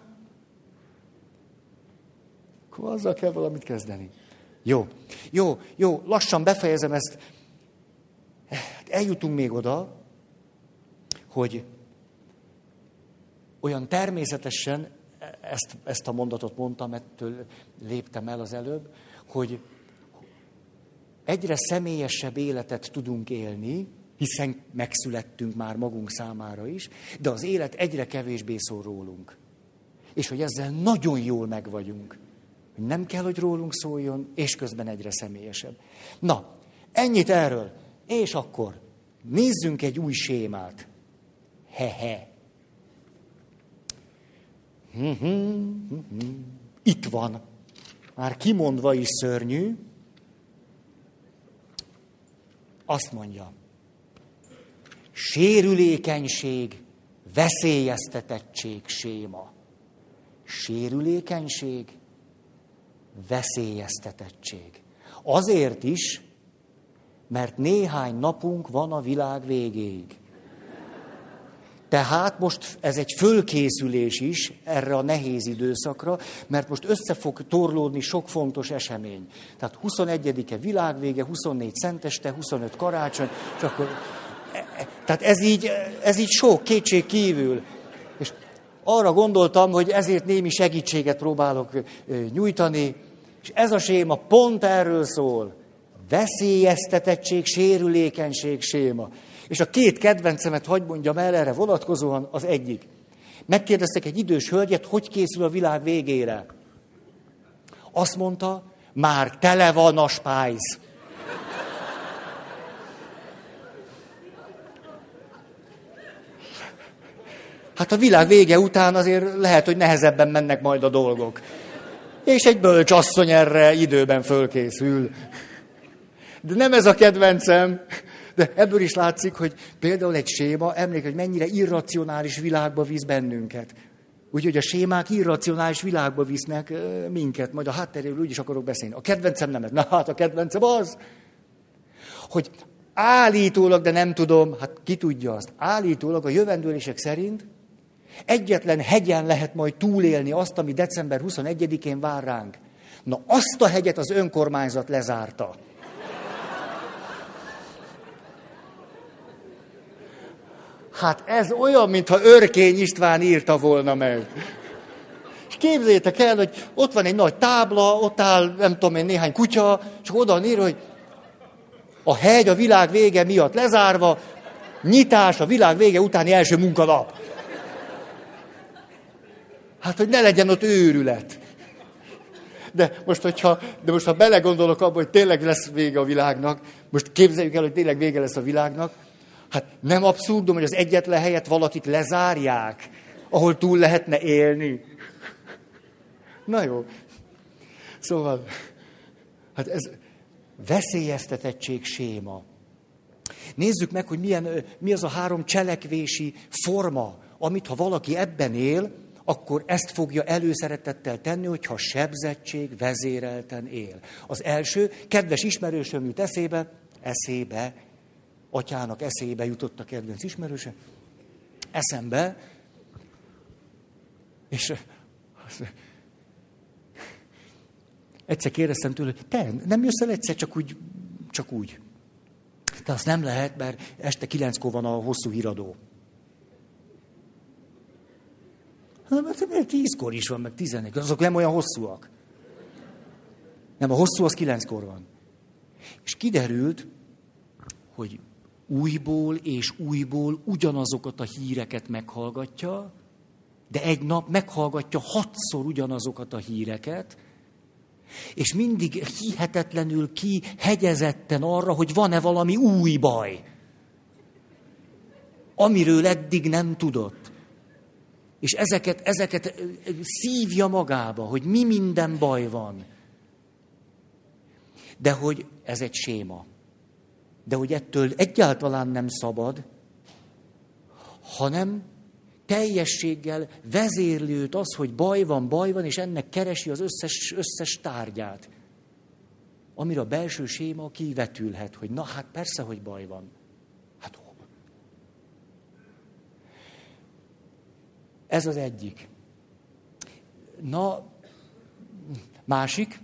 akkor azzal kell valamit kezdeni. Jó, lassan befejezem ezt. Eljutunk még oda, hogy olyan természetesen, ezt a mondatot mondtam, ettől léptem el az előbb, hogy egyre személyesebb életet tudunk élni, hiszen megszülettünk már magunk számára is, de az élet egyre kevésbé szól rólunk. És hogy ezzel nagyon jól megvagyunk. Nem kell, hogy rólunk szóljon, és közben egyre személyesebb. Na, ennyit erről. És akkor nézzünk egy új sémát. He-he. Itt van. Már kimondva is szörnyű. Azt mondja. Sérülékenység, veszélyeztetettség séma. Sérülékenység, veszélyeztetettség. Azért is, mert néhány napunk van a világ végéig. Tehát most ez egy fölkészülés is erre a nehéz időszakra, mert most össze fog torlódni sok fontos esemény. Tehát 21-e világvége, 24 szenteste, 25 karácsony, és akkor... Tehát ez így sok, kétség kívül. És arra gondoltam, hogy ezért némi segítséget próbálok nyújtani, és ez a séma pont erről szól. Veszélyeztetettség, sérülékenység séma. És a két kedvencemet hadd mondjam el erre vonatkozóan, az egyik. Megkérdeztek egy idős hölgyet, hogy készül a világ végére. Azt mondta, már tele van a spájz. Hát a világ vége után azért lehet, hogy nehezebben mennek majd a dolgok. És egy bölcs asszony erre időben fölkészül. De nem ez a kedvencem. De ebből is látszik, hogy például egy séma, emlékezni, hogy mennyire irracionális világba visz bennünket. Úgyhogy a sémák irracionális világba visznek minket. Majd a hátteréről úgy is akarok beszélni. A kedvencem nem ez. Na hát a kedvencem az, hogy állítólag, de nem tudom, hát ki tudja azt, állítólag a jövendőlések szerint egyetlen hegyen lehet majd túlélni azt, ami december 21-én vár ránk. Na azt a hegyet az önkormányzat lezárta. Hát ez olyan, mintha Örkény István írta volna meg. És képzeljétek el, hogy ott van egy nagy tábla, ott áll, nem tudom én, néhány kutya, csak oda ír, hogy a hegy a világ vége miatt lezárva, nyitás a világ vége utáni első munkanap. Hát, hogy ne legyen ott őrület. De most, ha belegondolok abba, hogy tényleg lesz vége a világnak, most képzeljük el, hogy tényleg vége lesz a világnak, hát nem abszurdum, hogy az egyetlen helyet valakit lezárják, ahol túl lehetne élni. Na jó. Szóval, hát ez veszélyeztetettség séma. Nézzük meg, hogy mi az a 3 cselekvési forma, amit ha valaki ebben él, akkor ezt fogja előszeretettel tenni, hogyha sebzettség vezérelten él. Az első, kedves ismerősöm jut eszébe, atyának eszébe jutott a kedvenc ismerőse, eszembe, és egyszer kérdeztem tőle, te nem jössz el egyszer csak úgy. De azt nem lehet, mert este 9-kor van a hosszú híradó. Hát 10-kor is van, meg 11-kor, azok nem olyan hosszúak. Nem, a hosszú az 9-kor van. És kiderült, hogy újból és újból ugyanazokat a híreket meghallgatja, de egy nap meghallgatja 6-szor ugyanazokat a híreket, és mindig hihetetlenül kihegyezetten arra, hogy van-e valami új baj, amiről eddig nem tudott. És ezeket szívja magába, hogy mi minden baj van. De hogy ez egy séma. De hogy ettől egyáltalán nem szabad, hanem teljességgel vezérli őt az, hogy baj van, és ennek keresi az összes tárgyát. Amire a belső séma kivetülhet, hogy na hát persze, hogy baj van. Hát Ez az egyik. Na, másik.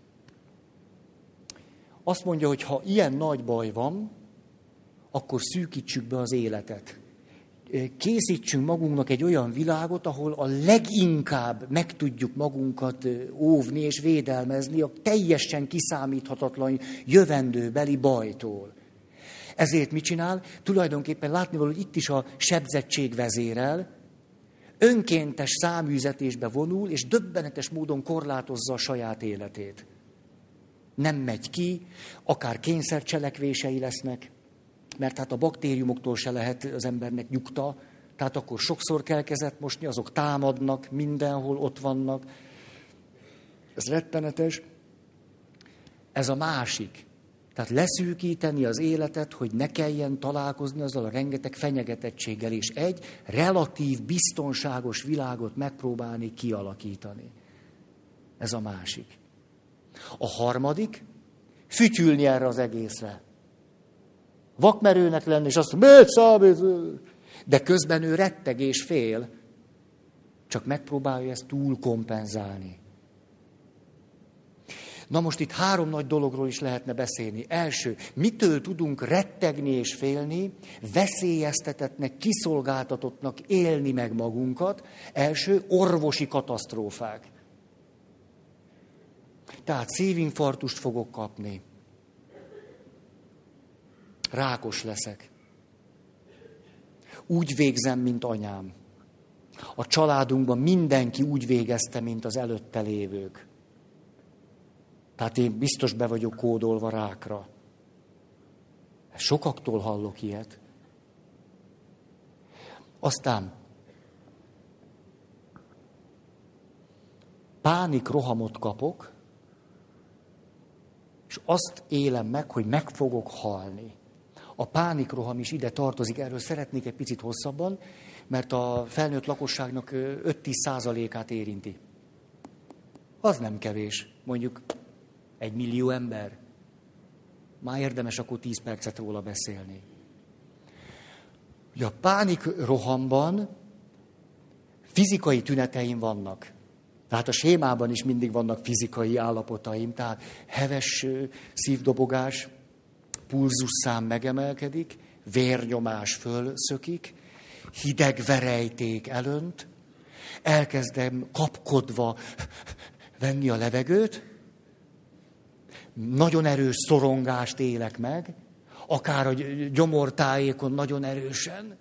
Azt mondja, hogy ha ilyen nagy baj van, akkor szűkítsük be az életet. Készítsünk magunknak egy olyan világot, ahol a leginkább meg tudjuk magunkat óvni és védelmezni a teljesen kiszámíthatatlan jövendőbeli bajtól. Ezért mit csinál? Tulajdonképpen látnivaló, hogy itt is a sebzettség vezérel, önkéntes száműzetésbe vonul, és döbbenetes módon korlátozza a saját életét. Nem megy ki, akár kényszercselekvései lesznek, mert hát a baktériumoktól se lehet az embernek nyugta, tehát akkor sokszor kell kezet mosni, azok támadnak, mindenhol ott vannak. Ez rettenetes. Ez a másik. Tehát leszűkíteni az életet, hogy ne kelljen találkozni azzal a rengeteg fenyegetettséggel, és egy relatív, biztonságos világot megpróbálni kialakítani. Ez a másik. A harmadik, fütyülni erre az egészre. Vakmerőnek lenni, és azt mondja, miért számít? De közben ő retteg és fél, csak megpróbálja ezt túl kompenzálni. Na most itt 3 nagy dologról is lehetne beszélni. Első, mitől tudunk rettegni és félni, veszélyeztetettnek, kiszolgáltatottnak élni meg magunkat? Első, orvosi katasztrófák. Tehát szívinfarktust fogok kapni. Rákos leszek. Úgy végzem, mint anyám. A családunkban mindenki úgy végezte, mint az előtte lévők. Tehát én biztos be vagyok kódolva rákra. Sokaktól hallok ilyet. Aztán pánikrohamot kapok, és azt élem meg, hogy meg fogok halni. A pánikroham is ide tartozik, erről szeretnék egy picit hosszabban, mert a felnőtt lakosságnak 5-10%-át érinti. Az nem kevés, mondjuk 1 millió ember. Már érdemes akkor 10 percet róla beszélni. Ugye a pánikrohamban fizikai tüneteim vannak. Tehát a sémában is mindig vannak fizikai állapotaim, tehát heves szívdobogás, pulzusszám megemelkedik, vérnyomás fölszökik, hideg verejték elönt, elkezdem kapkodva venni a levegőt, nagyon erős szorongást élek meg, akár a gyomortájékon nagyon erősen,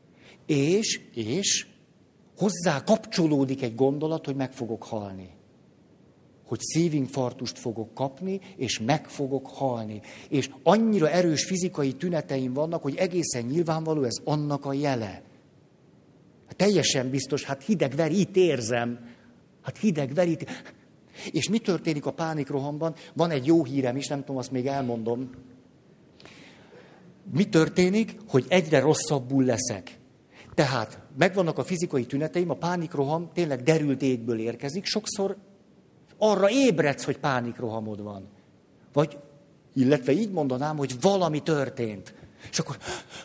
és hozzá kapcsolódik egy gondolat, hogy meg fogok halni. Hogy szívinfarktust fogok kapni, és meg fogok halni. És annyira erős fizikai tüneteim vannak, hogy egészen nyilvánvaló ez annak a jele. Teljesen biztos, hát hideg ver, itt érzem. Hát hideg ver, itt... És mi történik a pánikrohamban? Van egy jó hírem is, nem tudom, azt még elmondom. Mi történik, hogy egyre rosszabbul leszek? Tehát megvannak a fizikai tüneteim, a pánikroham tényleg derült égből érkezik, sokszor arra ébredsz, hogy pánikrohamod van. Vagy, illetve így mondanám, hogy valami történt. És akkor,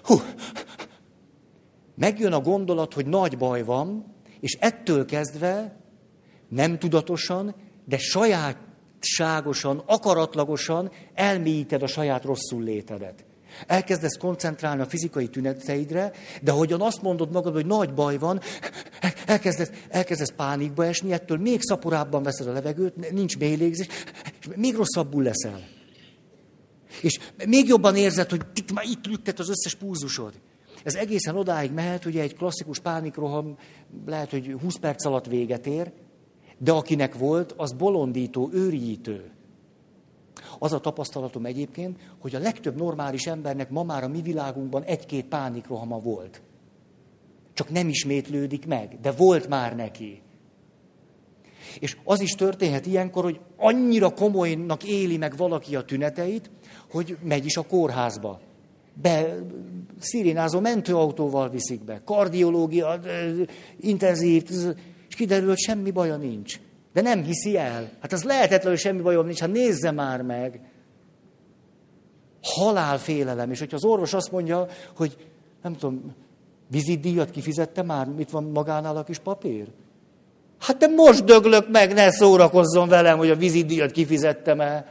megjön a gondolat, hogy nagy baj van, és ettől kezdve nem tudatosan, de sajátságosan, akaratlagosan elmélyíted a saját rosszul létedet. Elkezdesz koncentrálni a fizikai tüneteidre, de ahogyan azt mondod magad, hogy nagy baj van, elkezdesz pánikba esni, ettől még szaporábban veszed a levegőt, nincs mély légzés, és még rosszabbul leszel. És még jobban érzed, hogy már itt lüktet az összes pulzusod. Ez egészen odáig mehet, hogy egy klasszikus pánikroham lehet, hogy 20 perc alatt véget ér, de akinek volt, az bolondító, őrjítő. Az a tapasztalatom egyébként, hogy a legtöbb normális embernek ma már a mi világunkban 1-2 pánikrohama volt. Csak nem ismétlődik meg, de volt már neki. És az is történhet ilyenkor, hogy annyira komolynak éli meg valaki a tüneteit, hogy megy is a kórházba. Szirénázó mentőautóval viszik be, kardiológia, intenzív, és kiderül, hogy semmi baja nincs. De nem hiszi el. Hát az lehetetlen, hogy semmi bajom nincs, hát nézze már meg. Halálfélelem. És hogyha az orvos azt mondja, hogy nem tudom, Vizitdíjat kifizette már? Itt van magánál a kis papír? Hát de most döglök meg, ne szórakozzon velem, hogy a vizitdíjat kifizettem-e.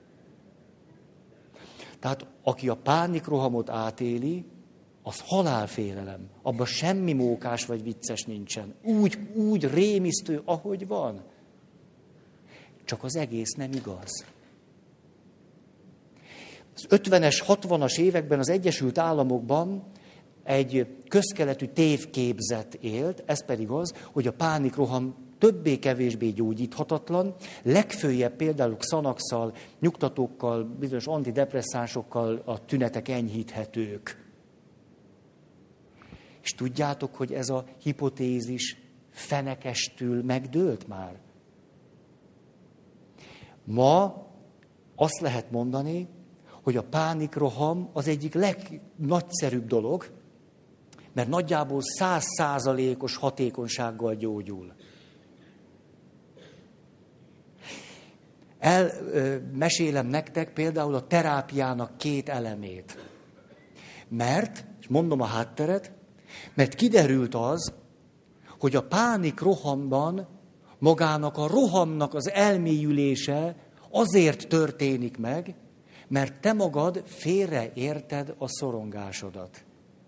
Tehát aki a pánikrohamot átéli, az halálfélelem. Abban semmi mókás vagy vicces nincsen. Úgy rémisztő, ahogy van. Csak az egész nem igaz. Az 50-es, 60-as években az Egyesült Államokban egy közkeletű tévképzet élt, ez pedig az, hogy a pánikroham többé-kevésbé gyógyíthatatlan, legfőjebb például Xanax-szal, nyugtatókkal, bizonyos antidepresszánsokkal a tünetek enyhíthetők. És tudjátok, hogy ez a hipotézis fenekestül megdőlt már? Ma azt lehet mondani, hogy a pánikroham az egyik legnagyszerűbb dolog, mert nagyjából 100%-os hatékonysággal gyógyul. Elmesélem nektek például a terápiának 2 elemét. Mert, és mondom a hátteret, mert kiderült az, hogy a pánikrohamban magának a rohamnak az elmélyülése azért történik meg, mert te magad félreérted a szorongásodat.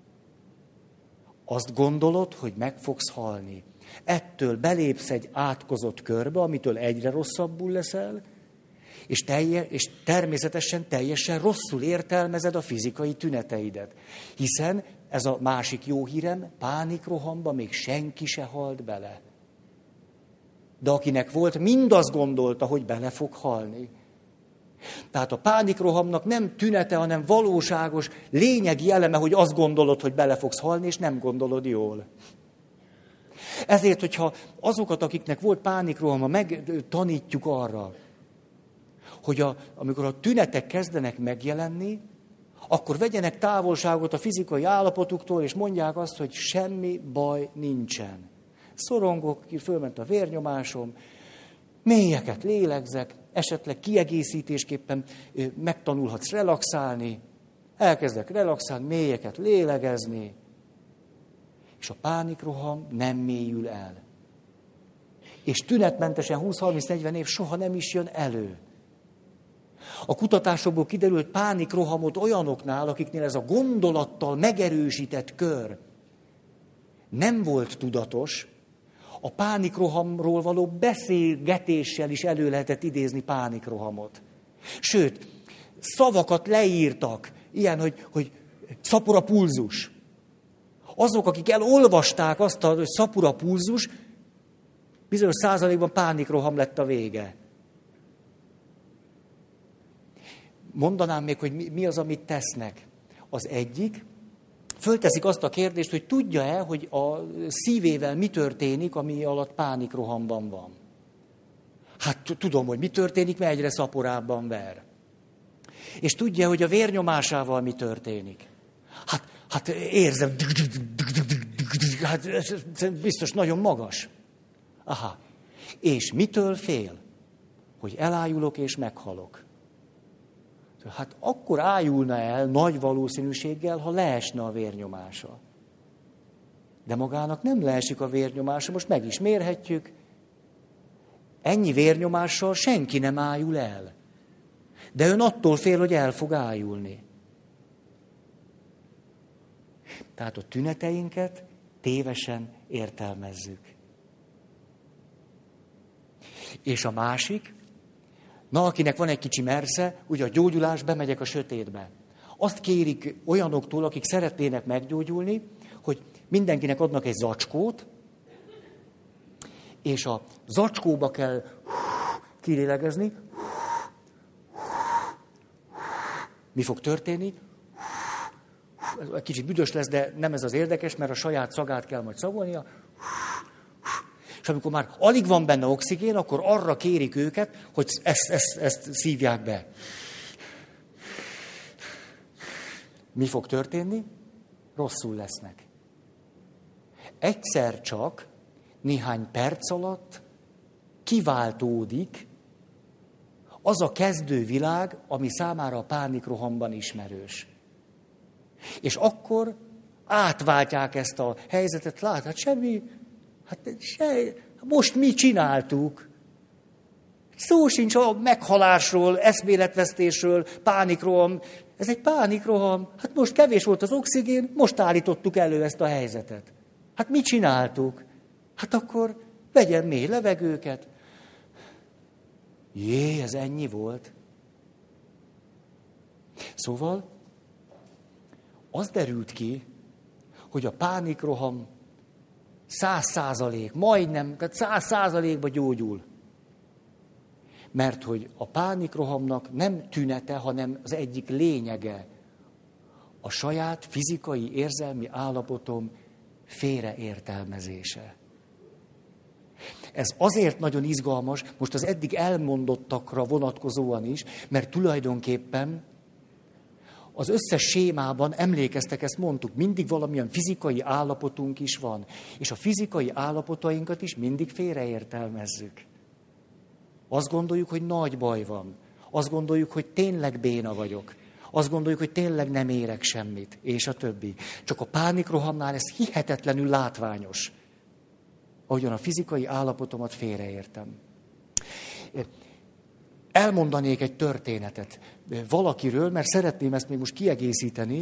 Azt gondolod, hogy meg fogsz halni. Ettől belépsz egy átkozott körbe, amitől egyre rosszabbul leszel, és természetesen teljesen rosszul értelmezed a fizikai tüneteidet. Hiszen ez a másik jó hírem, pánikrohamba még senki se halt bele. De akinek volt, mind azt gondolta, hogy bele fog halni. Tehát a pánikrohamnak nem tünete, hanem valóságos, lényegi eleme, hogy azt gondolod, hogy bele fogsz halni, és nem gondolod jól. Ezért, hogyha azokat, akiknek volt pánikrohama, megtanítjuk arra, hogy amikor a tünetek kezdenek megjelenni, akkor vegyenek távolságot a fizikai állapotuktól, és mondják azt, hogy semmi baj nincsen. Szorongok, fölment a vérnyomásom, mélyeket lélegzek, esetleg kiegészítésképpen megtanulhatsz relaxálni, elkezdek relaxálni, mélyeket lélegezni, és a pánikroham nem mélyül el. És tünetmentesen 20-30-40 év soha nem is jön elő. A kutatásokból kiderült pánikrohamot olyanoknál, akiknél ez a gondolattal megerősített kör nem volt tudatos, a pánikrohamról való beszélgetéssel is elő lehetett idézni pánikrohamot. Sőt, szavakat leírtak, ilyen, hogy szapora pulzus. Azok, akik elolvasták azt, hogy szapora pulzus, bizonyos százalékban pánikroham lett a vége. Mondanám még, hogy mi az, amit tesznek. Az egyik, fölteszik azt a kérdést, hogy tudja-e, hogy a szívével mi történik, ami alatt pánikrohamban van. Hát tudom, hogy mi történik, mert egyre szaporábban ver. És tudja, hogy a vérnyomásával mi történik. Hát érzem, hát ez biztos nagyon magas. Aha. És mitől fél? Hogy elájulok és meghalok. Hát akkor ájulna el nagy valószínűséggel, ha leesne a vérnyomása. De magának nem leesik a vérnyomása, most meg is mérhetjük. Ennyi vérnyomással senki nem ájul el. De ön attól fél, hogy el fog ájulni. Tehát a tüneteinket tévesen értelmezzük. És a másik, akinek van egy kicsi mersze, ugye a gyógyulás, bemegyek a sötétbe. Azt kérik olyanoktól, akik szeretnének meggyógyulni, hogy mindenkinek adnak egy zacskót, és a zacskóba kell kilélegezni. Mi fog történni? Egy kicsit büdös lesz, de nem ez az érdekes, mert a saját szagát kell majd szagolnia. És amikor már alig van benne oxigén, akkor arra kérik őket, hogy ezt szívják be. Mi fog történni? Rosszul lesznek. Egyszer csak, néhány perc alatt kiváltódik az a kezdővilág, ami számára a pánikrohamban ismerős. És akkor átváltják ezt a helyzetet, hát semmi, most mi csináltuk. Szó sincs a meghalásról, eszméletvesztésről, pánikroham. Ez egy pánikroham. Hát most kevés volt az oxigén, most állítottuk elő ezt a helyzetet. Hát mit csináltuk? Hát akkor vegyen mély levegőket. Ez ennyi volt. Szóval az derült ki, hogy a pánikroham 100%, majdnem, tehát 100%-ba gyógyul. Mert hogy a pánikrohamnak nem tünete, hanem az egyik lényege a saját fizikai, érzelmi állapotom félreértelmezése. Ez azért nagyon izgalmas, most az eddig elmondottakra vonatkozóan is, mert tulajdonképpen az összes sémában, emlékeztek, ezt mondtuk, mindig valamilyen fizikai állapotunk is van, és a fizikai állapotainkat is mindig félreértelmezzük. Azt gondoljuk, hogy nagy baj van. Azt gondoljuk, hogy tényleg béna vagyok. Azt gondoljuk, hogy tényleg nem érek semmit, és a többi. Csak a pánikrohamnál ez hihetetlenül látványos. Ahogyan a fizikai állapotomat félreértem. Elmondanék egy történetet valakiről, mert szeretném ezt még most kiegészíteni.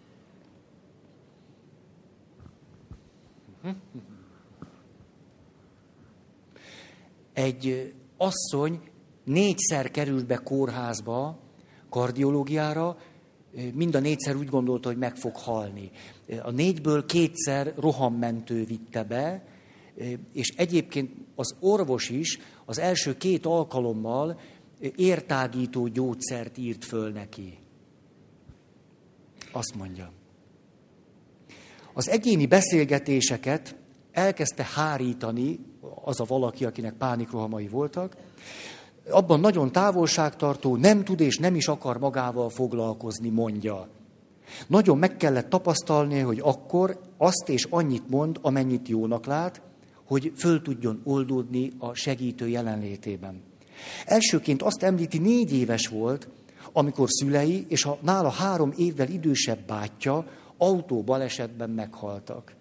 Egy asszony 4-szer került be kórházba, kardiológiára, mind a 4-szer úgy gondolta, hogy meg fog halni. A 4-ből 2-szer rohammentő vitte be, és egyébként az orvos is az első 2 alkalommal értágító gyógyszert írt föl neki. Azt mondja. Az egyéni beszélgetéseket elkezdte hárítani az a valaki, akinek pánikrohamai voltak, abban nagyon távolságtartó, nem tud és nem is akar magával foglalkozni, mondja. Nagyon meg kellett tapasztalni, hogy akkor azt és annyit mond, amennyit jónak lát, hogy föl tudjon oldódni a segítő jelenlétében. Elsőként azt említi, 4 éves volt, amikor szülei és a nála 3 évvel idősebb bátyja autóbalesetben meghaltak.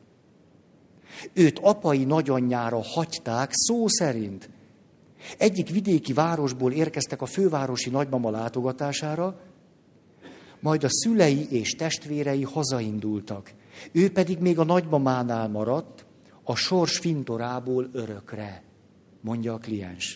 Őt apai nagyanyjára hagyták szó szerint. Egyik vidéki városból érkeztek a fővárosi nagymama látogatására, majd a szülei és testvérei hazaindultak. Ő pedig még a nagymamánál maradt, a sors fintorából örökre, mondja a kliens.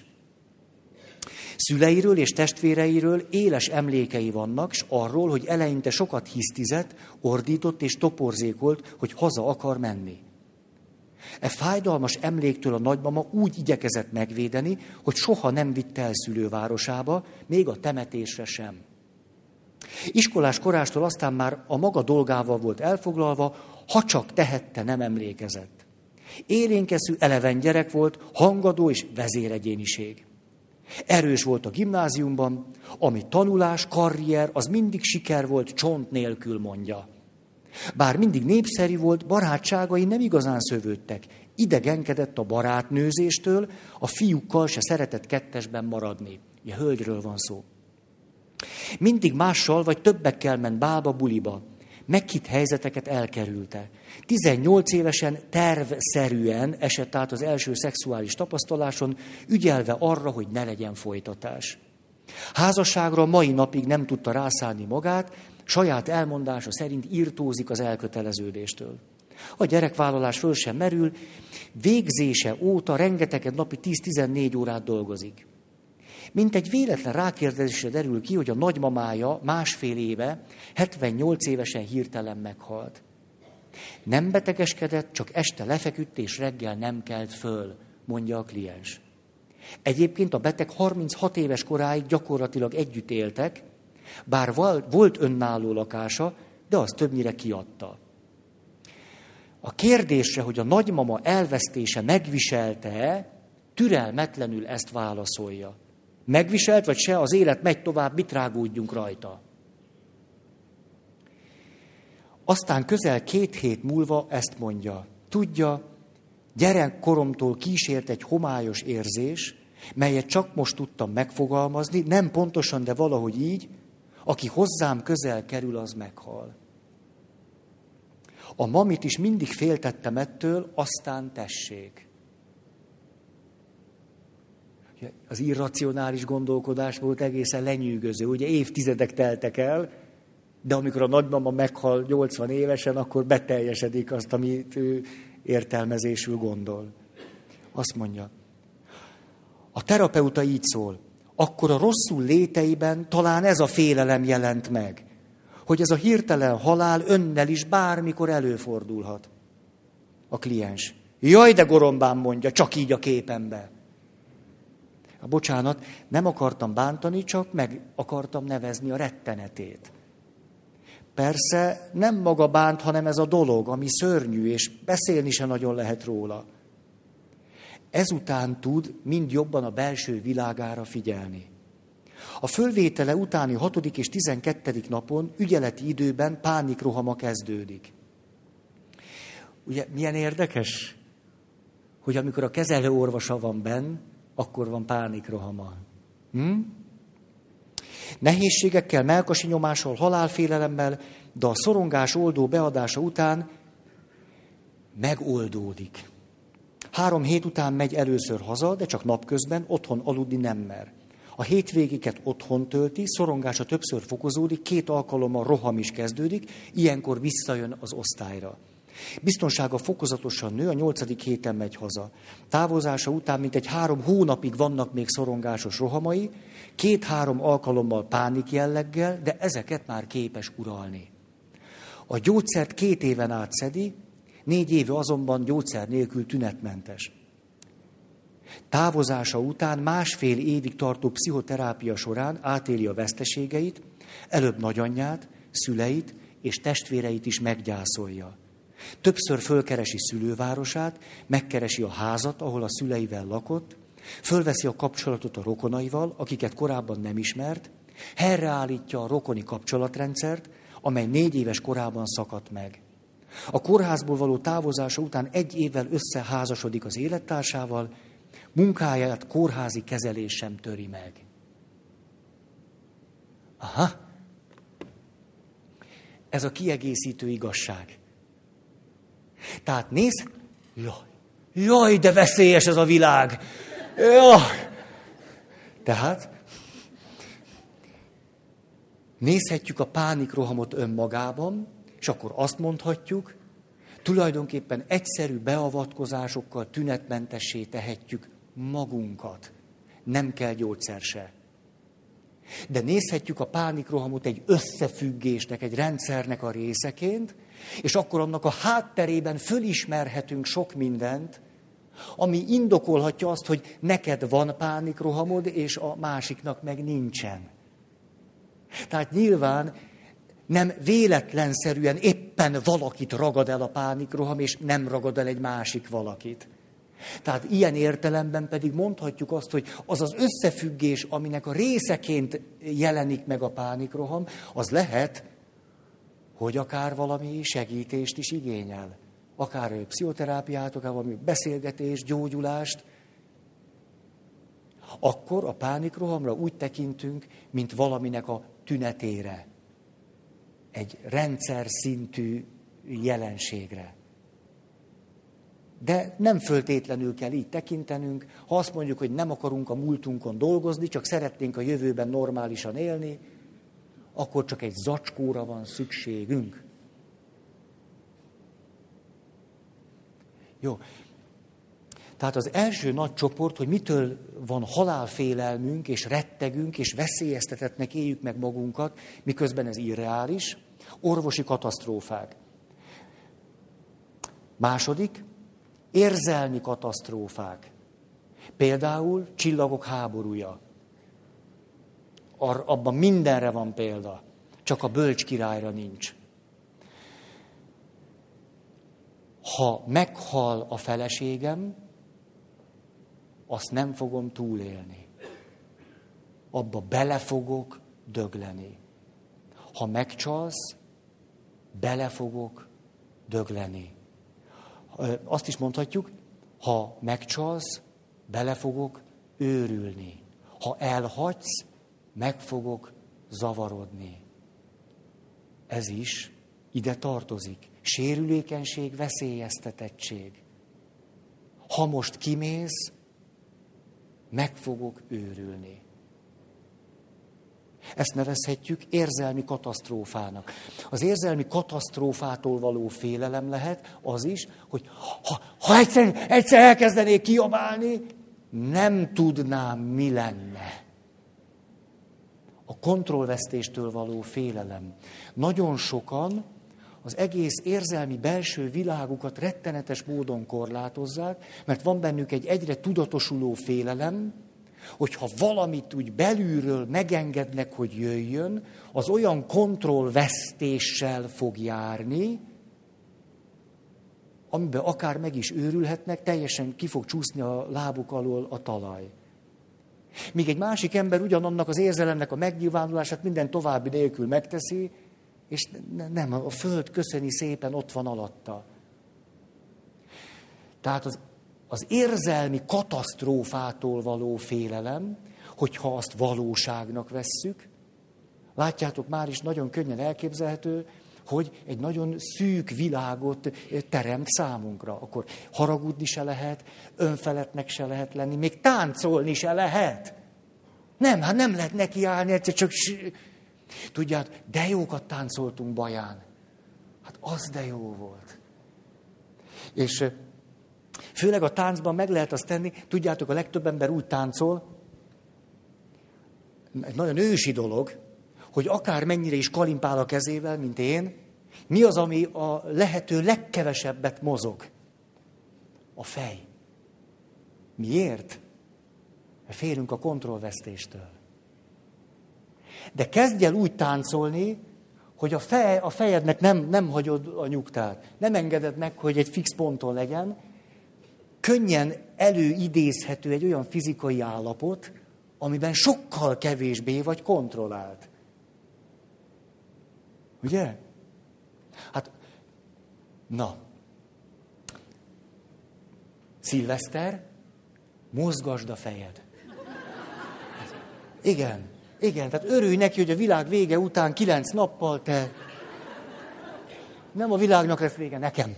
Szüleiről és testvéreiről éles emlékei vannak, s arról, hogy eleinte sokat hisztizett, ordított és toporzékolt, hogy haza akar menni. E fájdalmas emléktől a nagymama úgy igyekezett megvédeni, hogy soha nem vitte el szülővárosába, még a temetésre sem. Iskolás korástól aztán már a maga dolgával volt elfoglalva, ha csak tehette, nem emlékezett. Élénkeszű, eleven gyerek volt, hangadó és vezéregyéniség. Erős volt a gimnáziumban, ami tanulás, karrier, az mindig siker volt, csont nélkül, mondja. Bár mindig népszerű volt, barátságai nem igazán szövődtek. Idegenkedett a barátnőzéstől, a fiúkkal se szeretett kettesben maradni. Ugye hölgyről van szó. Mindig mással vagy többekkel ment bálba, buliba. Meghitt helyzeteket elkerülte. 18 évesen tervszerűen esett át az első szexuális tapasztaláson, ügyelve arra, hogy ne legyen folytatás. Házasságra mai napig nem tudta rászállni magát, saját elmondása szerint irtózik az elköteleződéstől. A gyerekvállalás föl sem merül, végzése óta rengeteget napi 10-14 órát dolgozik. Mint egy véletlen rákérdezésre derül ki, hogy a nagymamája 1,5 éve, 78 évesen hirtelen meghalt. Nem betegeskedett, csak este lefeküdt és reggel nem kelt föl, mondja a kliens. Egyébként a beteg 36 éves koráig gyakorlatilag együtt éltek, bár volt önálló lakása, de az többnyire kiadta. A kérdésre, hogy a nagymama elvesztése megviselte-e, türelmetlenül ezt válaszolja. Megviselt, vagy se, az élet megy tovább, mit rágódjunk rajta. Aztán közel 2 hét múlva ezt mondja. Tudja, gyerekkoromtól kísért egy homályos érzés, melyet csak most tudtam megfogalmazni, nem pontosan, de valahogy így, aki hozzám közel kerül, az meghal. A mamit is mindig féltettem ettől, aztán tessék. Az irracionális gondolkodás volt egészen lenyűgöző. Ugye évtizedek teltek el, de amikor a nagymama meghal 80 évesen, akkor beteljesedik azt, amit ő értelmezésül gondol. Azt mondja, a terapeuta így szól, akkor a rosszul léteiben talán ez a félelem jelent meg, hogy ez a hirtelen halál önnel is bármikor előfordulhat. A kliens. Jaj, de gorombám, mondja, csak így a képembe. Bocsánat, nem akartam bántani, csak meg akartam nevezni a rettenetét. Persze nem maga bánt, hanem ez a dolog, ami szörnyű, és beszélni se nagyon lehet róla. Ezután tud mind jobban a belső világára figyelni. A fölvétele utáni 6. és 12. napon ügyeleti időben pánikrohama kezdődik. Ugye milyen érdekes, hogy amikor a kezelőorvosa van benn, akkor van pánikrohama. Nehézségekkel, mellkasi nyomással, halálfélelemmel, de a szorongás oldó beadása után megoldódik. 3 hét után megy először haza, de csak napközben, otthon aludni nem mer. A hétvégéket otthon tölti, szorongása többször fokozódik, 2 alkalommal roham is kezdődik, ilyenkor visszajön az osztályra. Biztonsága fokozatosan nő, a 8. héten megy haza. Távozása után mintegy 3 hónapig vannak még szorongásos rohamai, 2-3 alkalommal pánik jelleggel, de ezeket már képes uralni. A gyógyszert 2 éven át szedi, 4 éve azonban gyógyszer nélkül tünetmentes. Távozása után 1,5 évig tartó pszichoterápia során átéli a veszteségeit, előbb nagyanyját, szüleit és testvéreit is meggyászolja. Többször fölkeresi szülővárosát, megkeresi a házat, ahol a szüleivel lakott, fölveszi a kapcsolatot a rokonaival, akiket korábban nem ismert, helyreállítja a rokoni kapcsolatrendszert, amely 4 éves korában szakadt meg. A kórházból való távozása után 1 évvel összeházasodik az élettársával, munkáját kórházi kezelés sem töri meg. Aha, ez a kiegészítő igazság. Tehát nézd, jaj, de veszélyes ez a világ. Jaj. Tehát nézhetjük a pánikrohamot önmagában, és akkor azt mondhatjuk, tulajdonképpen egyszerű beavatkozásokkal tünetmentessé tehetjük magunkat. Nem kell gyógyszer se. De nézhetjük a pánikrohamot egy összefüggésnek, egy rendszernek a részeként, és akkor annak a hátterében fölismerhetünk sok mindent, ami indokolhatja azt, hogy neked van pánikrohamod, és a másiknak meg nincsen. Tehát nyilván nem véletlenszerűen éppen valakit ragad el a pánikroham, és nem ragad el egy másik valakit. Tehát ilyen értelemben pedig mondhatjuk azt, hogy az az összefüggés, aminek a részeként jelenik meg a pánikroham, az lehet, hogy akár valami segítést is igényel. Akár pszichoterápiát, akár valami beszélgetést, gyógyulást. Akkor a pánikrohamra úgy tekintünk, mint valaminek a tünetére. Egy rendszer szintű jelenségre. De nem föltétlenül kell így tekintenünk. Ha azt mondjuk, hogy nem akarunk a múltunkon dolgozni, csak szeretnénk a jövőben normálisan élni, akkor csak egy zacskóra van szükségünk. Jó. Tehát az első nagy csoport, hogy mitől van halálfélelmünk, és rettegünk, és veszélyeztetettnek éljük meg magunkat, miközben ez irreális, orvosi katasztrófák. Második, érzelmi katasztrófák. Például Csillagok háborúja. Abban mindenre van példa, csak a bölcs királyra nincs. Ha meghal a feleségem, azt nem fogom túlélni. Abba bele fogok dögleni. Ha megcsalsz, bele fogok dögleni. Azt is mondhatjuk, ha megcsalsz, bele fogok őrülni. Ha elhagysz, meg fogok zavarodni. Ez is ide tartozik. Sérülékenység, veszélyeztetettség. Ha most kimész, meg fogok őrülni. Ezt nevezhetjük érzelmi katasztrófának. Az érzelmi katasztrófától való félelem lehet az is, hogy ha egyszer elkezdenék kiabálni, nem tudnám, mi lenne. A kontrollvesztéstől való félelem. Nagyon sokan az egész érzelmi belső világukat rettenetes módon korlátozzák, mert van bennük egy egyre tudatosuló félelem, hogyha valamit úgy belülről megengednek, hogy jöjjön, az olyan kontrollvesztéssel fog járni, amiben akár meg is őrülhetnek, teljesen ki fog csúszni a lábuk alól a talaj. Míg egy másik ember ugyanannak az érzelemnek a megnyilvánulását minden további nélkül megteszi, és nem, a föld köszöni szépen, ott van alatta. Tehát az érzelmi katasztrófától való félelem, hogyha azt valóságnak vesszük, látjátok, már is nagyon könnyen elképzelhető, hogy egy nagyon szűk világot teremt számunkra. Akkor haragudni se lehet, önfeledtnek se lehet lenni, még táncolni se lehet. Nem, hát nem lehet nekiállni, egyszer csak... Tudjátok, de jókat táncoltunk Baján. Hát az de jó volt. És főleg a táncban meg lehet azt tenni, tudjátok, a legtöbb ember úgy táncol, egy nagyon ősi dolog, hogy akár mennyire is kalimpál a kezével, mint én, mi az, ami a lehető legkevesebbet mozog? A fej. Miért? Mert félünk a kontrollvesztéstől. De kezdj el úgy táncolni, hogy a fejednek nem hagyod a nyugtát. Nem engeded meg, hogy egy fix ponton legyen. Könnyen előidézhető egy olyan fizikai állapot, amiben sokkal kevésbé vagy kontrollált. Ugye? Hát, na. Szilveszter, mozgasd a fejed. Igen. Igen, tehát örülj neki, hogy a világ vége után 9 nappal te... Nem a világnak lesz vége, nekem.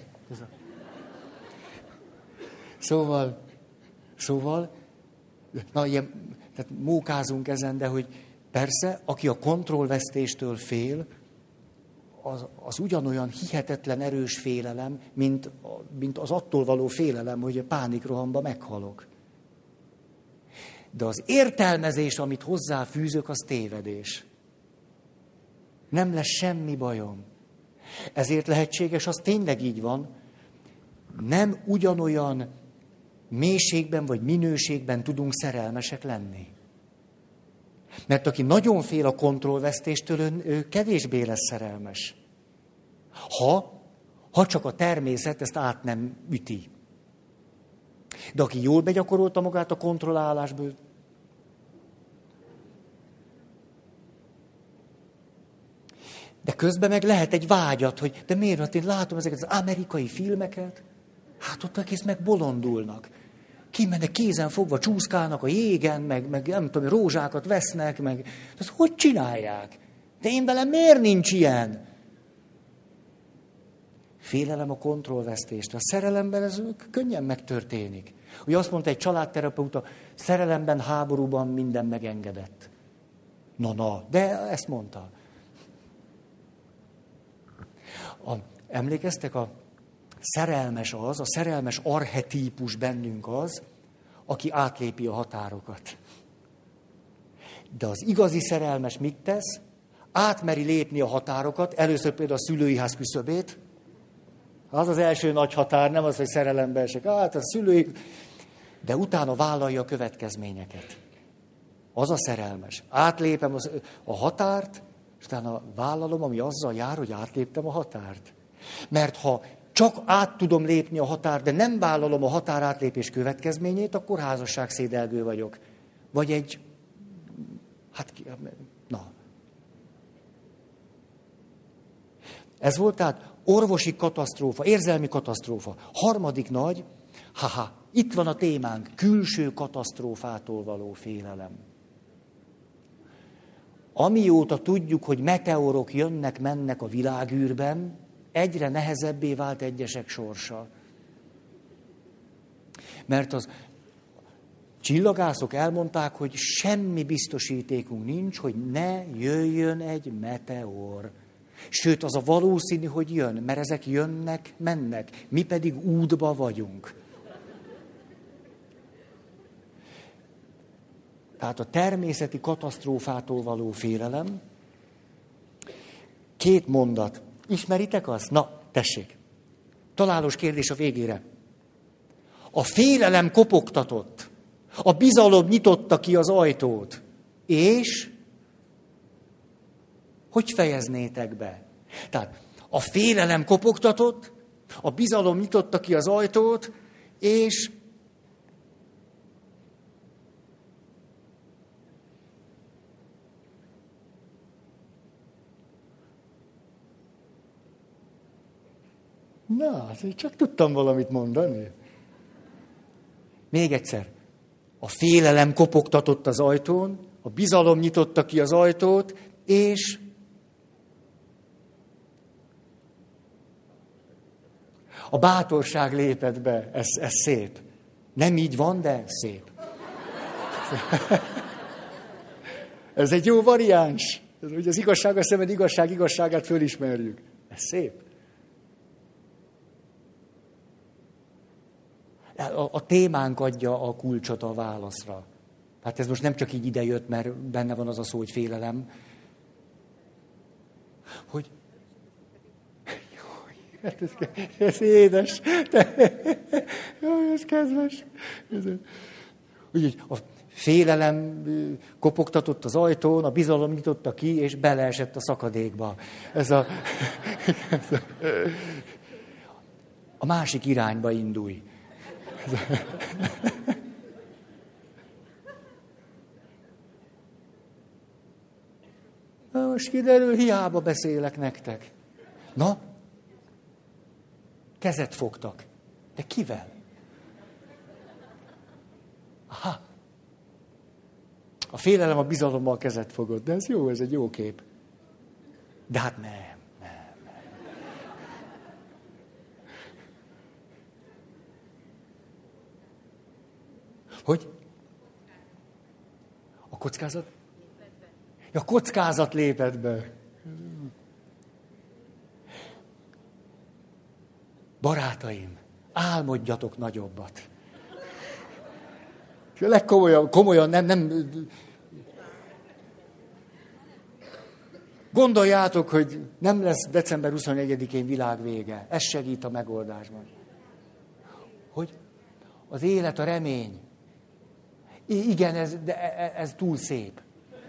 Szóval, na ilyen, tehát mókázunk ezen, de hogy persze, aki a kontrollvesztéstől fél, az ugyanolyan hihetetlen erős félelem, mint az attól való félelem, hogy a pánikrohamba meghalok. De az értelmezés, amit hozzáfűzök, az tévedés. Nem lesz semmi bajom. Ezért lehetséges, az tényleg így van, nem ugyanolyan mélységben vagy minőségben tudunk szerelmesek lenni. Mert aki nagyon fél a kontrollvesztéstől, ő kevésbé lesz szerelmes. Ha csak a természet ezt át nem üti. De aki jól begyakorolta magát a kontrollálásból, de közben meg lehet egy vágyat, hogy de miért, hát én látom ezeket az amerikai filmeket, hát ott egész meg bolondulnak. Kimennek kézen fogva, csúszkálnak a jégen, meg nem tudom, rózsákat vesznek, meg ezt hogy csinálják? De én velem miért nincs ilyen? Félelem a kontrollvesztést. A szerelemben ez könnyen megtörténik. Ugye azt mondta egy családterapeuta, szerelemben, háborúban minden megengedett. Na, de ezt mondta. Emlékeztek, a szerelmes archetípus bennünk az, aki átlépi a határokat. De az igazi szerelmes mit tesz? Átmeri lépni a határokat, először például a szülői ház küszöbét. Az az első nagy határ, nem az, hogy szerelembe esek. Hát a szülői... De utána vállalja a következményeket. Az a szerelmes. Átlépem a határt, és utána vállalom, ami azzal jár, hogy átléptem a határt. Mert ha csak át tudom lépni a határt, de nem vállalom a határátlépés következményét, akkor házasságszédelgő vagyok. Vagy egy... Ez volt tehát orvosi katasztrófa, érzelmi katasztrófa. Harmadik nagy, itt van a témánk, külső katasztrófától való félelem. Amióta tudjuk, hogy meteorok jönnek-mennek a világűrben, egyre nehezebbé vált egyesek sorsa. Mert az csillagászok elmondták, hogy semmi biztosítékunk nincs, hogy ne jöjjön egy meteor. Sőt, az a valószínű, hogy jön, mert ezek jönnek, mennek. Mi pedig útba vagyunk. Tehát a természeti katasztrófától való félelem. 2 mondat. Ismeritek azt? Na, tessék. Találós kérdés a végére. A félelem kopogtatott. A bizalom nyitotta ki az ajtót. És hogy fejeznétek be? Tehát a félelem kopogtatott, a bizalom nyitotta ki az ajtót, és na, csak tudtam valamit mondani. Még egyszer. A félelem kopogtatott az ajtón, a bizalom nyitotta ki az ajtót, és a bátorság lépett be. Ez szép. Nem így van, de szép. Ez egy jó variáns. Hogy az igazság a szemed igazságát fölismerjük. Ez szép. A témánk adja a kulcsot a válaszra. Hát ez most nem csak így idejött, mert benne van az a szó, hogy félelem. Hogy... Ez édes. Jaj, ez kedves. Úgyhogy a félelem kopogtatott az ajtón, a bizalom nyitotta ki, és beleesett a szakadékba. A másik irányba indulj. Most kiderül, hiába beszélek nektek. Na? Kezet fogtak. De kivel? Aha. A félelem a bizalommal kezet fogott. De ez jó, ez egy jó kép. De hát nem. Hogy? A kockázat? Ja, a kockázat lépett be. Barátaim, álmodjatok nagyobbat. És a legkomolyan nem... Gondoljátok, hogy nem lesz december 21-én világvége. Ez segít a megoldásban. Hogy? Az élet, a remény. Igen, ez túl szép.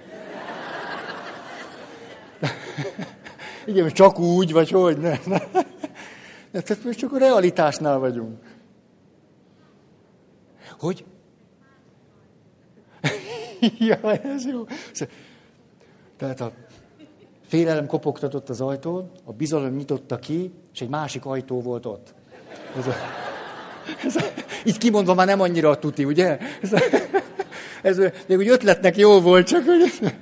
Igen, most csak úgy, vagy hogy? Ne. Tehát most csak a realitásnál vagyunk. Hogy? Jaj, ez jó. Tehát a félelem kopogtatott az ajtón, a bizalom nyitotta ki, és egy másik ajtó volt ott. Így kimondva már nem annyira a tuti, ugye? Ez még úgy ötletnek jó volt, csak hogy...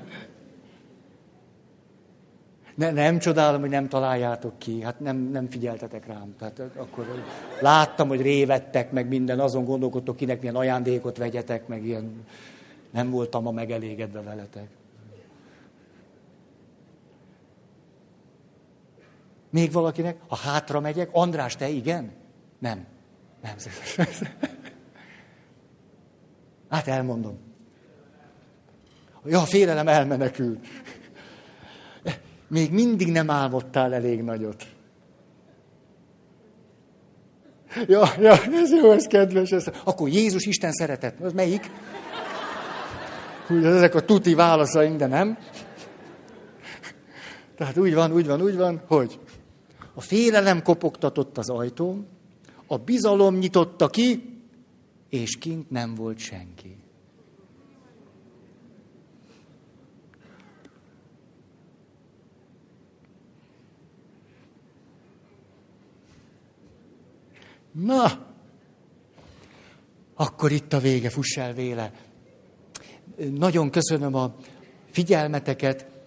Nem csodálom, hogy nem találjátok ki. Hát nem figyeltetek rám. Tehát akkor láttam, hogy révettek, meg minden, azon gondolkodtok, kinek milyen ajándékot vegyetek, meg ilyen... Nem voltam ma megelégedve veletek. Még valakinek? Ha hátra megyek, András, te igen? Nem. Hát elmondom. Ja, a félelem elmenekül. Még mindig nem álmodtál elég nagyot. Ja, ez jó, ez kedves. Akkor Jézus Isten szeretet. Az melyik? Ezek a tuti válaszaink, de nem. Tehát úgy van, hogy a félelem kopogtatott az ajtón, a bizalom nyitotta ki, és kint nem volt senki. Na, akkor itt a vége, fuss el véle. Nagyon köszönöm a figyelmeteket.